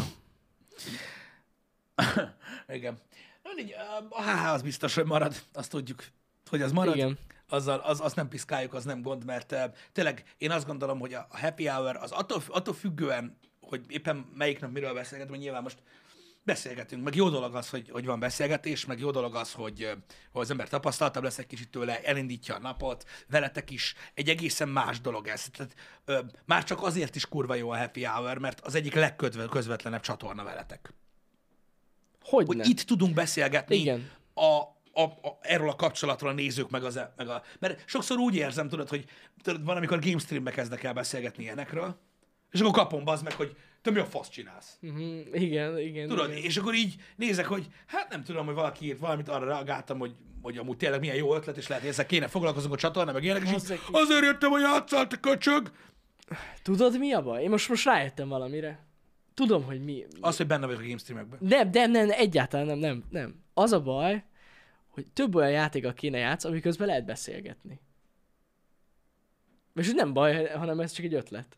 Igen. A HH az biztos, hogy marad. Azt tudjuk, hogy az marad. Igen. Azt nem piszkáljuk, az nem gond, mert tényleg én azt gondolom, hogy a happy hour az attól függően, hogy éppen melyik nap miről beszélgetünk, mert nyilván most beszélgetünk, meg jó dolog az, hogy van beszélgetés, meg jó dolog az, hogy az ember tapasztaltabb lesz egy kicsit tőle, elindítja a napot, veletek is, egy egészen más dolog ez. Tehát, már csak azért is kurva jó a happy hour, mert az egyik legközvetlenebb csatorna veletek. Hogy itt tudunk beszélgetni. Igen. Erről a kapcsolatról a nézők, mert sokszor úgy érzem, hogy van, amikor game streambe kezdek el beszélgetni ilyenekről, és akkor kapom bazd meg, hogy te mi a fasz csinálsz. Igen. Tudod, igen. és akkor így nézek, hogy hát nem tudom, hogy valaki írt valamit, arra reagáltam, hogy amúgy tényleg milyen jó ötlet, és lehet, hogy ezzel kéne foglalkozunk a csatorna, meg ilyenek, és így, azért jöttem, hogy játsszál, te köcsög. Tudod, mi a baj? Én most rájöttem valamire. Tudom, hogy mi. Az, hogy benne vagyok a game streamekben. Nem, egyáltalán nem. Az a baj, hogy több olyan játékkal kéne játsz, amiközben lehet beszélgetni. És ez nem baj, hanem ez csak egy ötlet.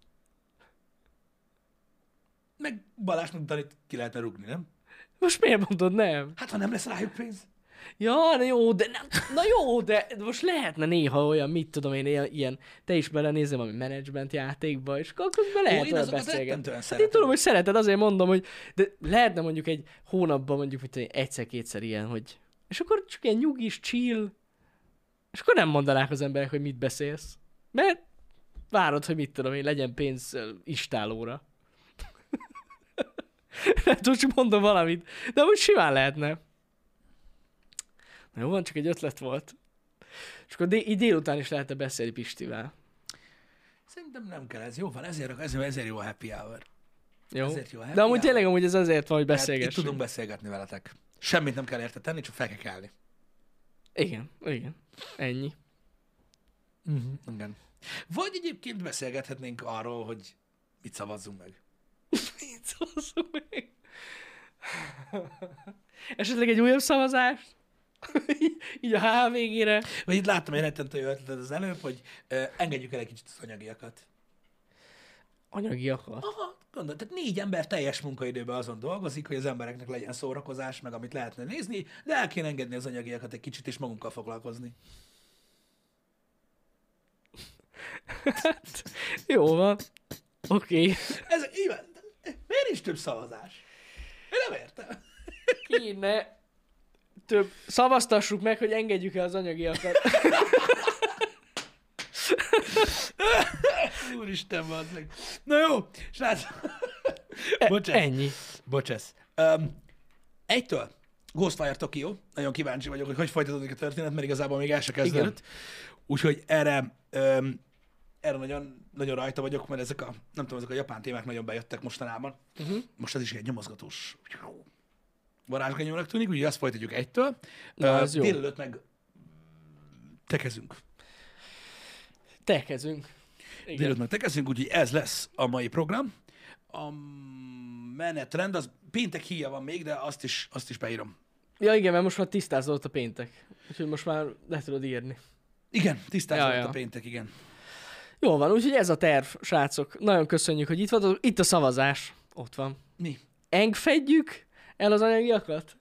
Meg Balázsnak Danit ki lehetne rúgni, nem? Most miért mondod nem? Hát, ha nem lesz rájuk pénz. Ja, de most lehetne néha olyan, mit tudom én, ilyen, te is belenézem valami menedzsment játékba, és akkor be lehet olyan beszélgetni. Hát én tudom, hogy szereted, azért mondom, hogy de lehetne mondjuk egy hónapban mondjuk, hogy egyszer-kétszer ilyen, hogy és akkor csak ilyen nyugis, chill, és akkor nem mondanák az emberek, hogy mit beszélsz. Mert várod, hogy mit tudom én, legyen pénz istálóra. Nem tudom, csak mondom valamit, de úgy simán lehetne. Na jó, van, csak egy ötlet volt. És akkor így délután is lehetne beszélni Pistivel. Szerintem nem kell, ez jó van, ezért jó a happy hour. Jó? Ezért jó a happy de amúgy hour. tényleg amúgy ez azért van, hogy beszélgessünk. Itt tudunk beszélgetni veletek. Semmit nem kell érte tenni, csak fel kell kelni. Igen. Ennyi. Igen. Vagy egyébként beszélgethetnénk arról, hogy mit szavazzunk meg. Mit szavazzunk meg? Esetleg egy újabb szavazást? Így a H végére. Vagy itt láttam egy rettentő jó ötletet az előbb, hogy engedjük el egy kicsit az anyagiakat. Anyagiakat? Aha, gondolod, tehát 4 ember teljes munkaidőben azon dolgozik, hogy az embereknek legyen szórakozás, meg amit lehetne nézni, de el kéne engedni az anyagiakat egy kicsit, és magunkkal foglalkozni. Hát, jó van. Oké. Ez így van. Miért is több szavazás? Én nem értem. Kéne több. Szavaztassuk meg, hogy engedjük el az anyagiakat. Úristen, van meg. Na jó, srác. Bocsász. Ennyi. Bocsász. 1-től Ghostwire Tokyo. Nagyon kíváncsi vagyok, hogy folytatódik a történet, mert igazából még el se kezdődött. Úgyhogy erre nagyon, nagyon rajta vagyok, mert ezek a japán témák nagyon bejöttek mostanában. Most ez is egy nyomozgatós varázsganyónak tűnik, úgyhogy azt folytatjuk 1-től. Délelőtt meg tekezünk. Délelőtt meg tekezünk, úgyhogy ez lesz a mai program. A menetrend, az péntek híja van még, de azt is beírom. Ja igen, mert most már tisztázódott a péntek. Úgyhogy most már le tudod írni. Igen, tisztázódott a péntek, igen. Jól van, úgyhogy ez a terv, srácok. Nagyon köszönjük, hogy itt voltatok. Itt a szavazás. Ott van. Mi? Engedjük el az anyagiakat?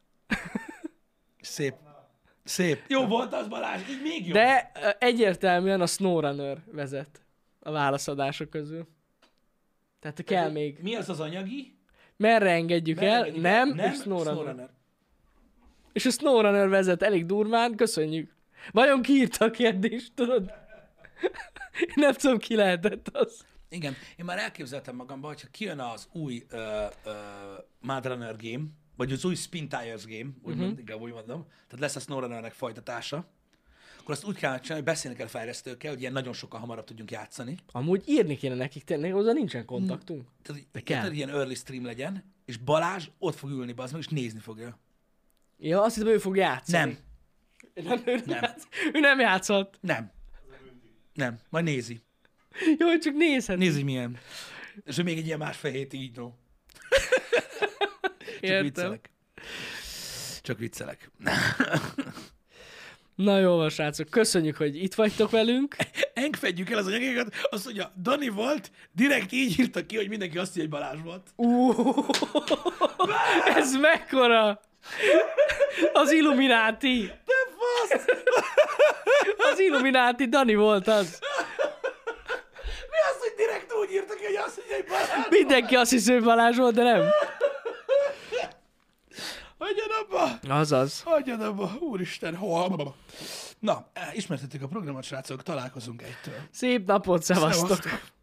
Szép. Jó volt az, Balázs, így még jobb. De egyértelműen a SnowRunner vezet a válaszadások közül. Tehát kell még. Mi az az anyagi? Merre engedjük el? Nem, és SnowRunner. És a SnowRunner vezet elég durván, köszönjük. Vajon ki írta a kérdést, tudod? Én nem tudom, ki lehetett az. Igen, én már elképzeltem magamban, hogyha kijön az új Mad Runner game, vagy az új Spin Tires game, úgymond, inkább úgy mondom, tehát lesz a SnowRunner-nek folytatása, akkor azt úgy kell csinálni, hogy beszélni kell fejlesztőkkel, hogy ilyen nagyon sokkal hamarabb tudjunk játszani. Amúgy írni kéne nekik, tényleg hozzá nincsen kontaktunk. Tehát kell. Ilyen early stream legyen, és Balázs ott fog ülni, bazd meg, és nézni fogja. Ja, azt hiszem, ő fog játszani. Nem. Ő nem játszhat. Nem. Majd nézi. Jó, hogy csak nézhet. Nézi milyen. És ő még egy ilyen másfél hétig így, no. Csak viccelek. Na jó van, srácok, köszönjük, hogy itt vagytok velünk. Engedjük el az anyagokat, azt mondja, Dani volt, direkt így írta ki, hogy mindenki azt mondja, hogy Balázs volt. Ez mekkora? Az Illuminati. De fasz! Az Illuminati, Dani volt az. Mi az, hogy direkt úgy írta ki, hogy azt mondja, hogy Balázs? Mindenki azt hiszi, hogy Balázs volt, de nem. Hagyjad abba! Azaz. Hagyjad abba, úristen. Na, ismertettük a programot, srácok, találkozunk egytől. Szép napot, szevasztok.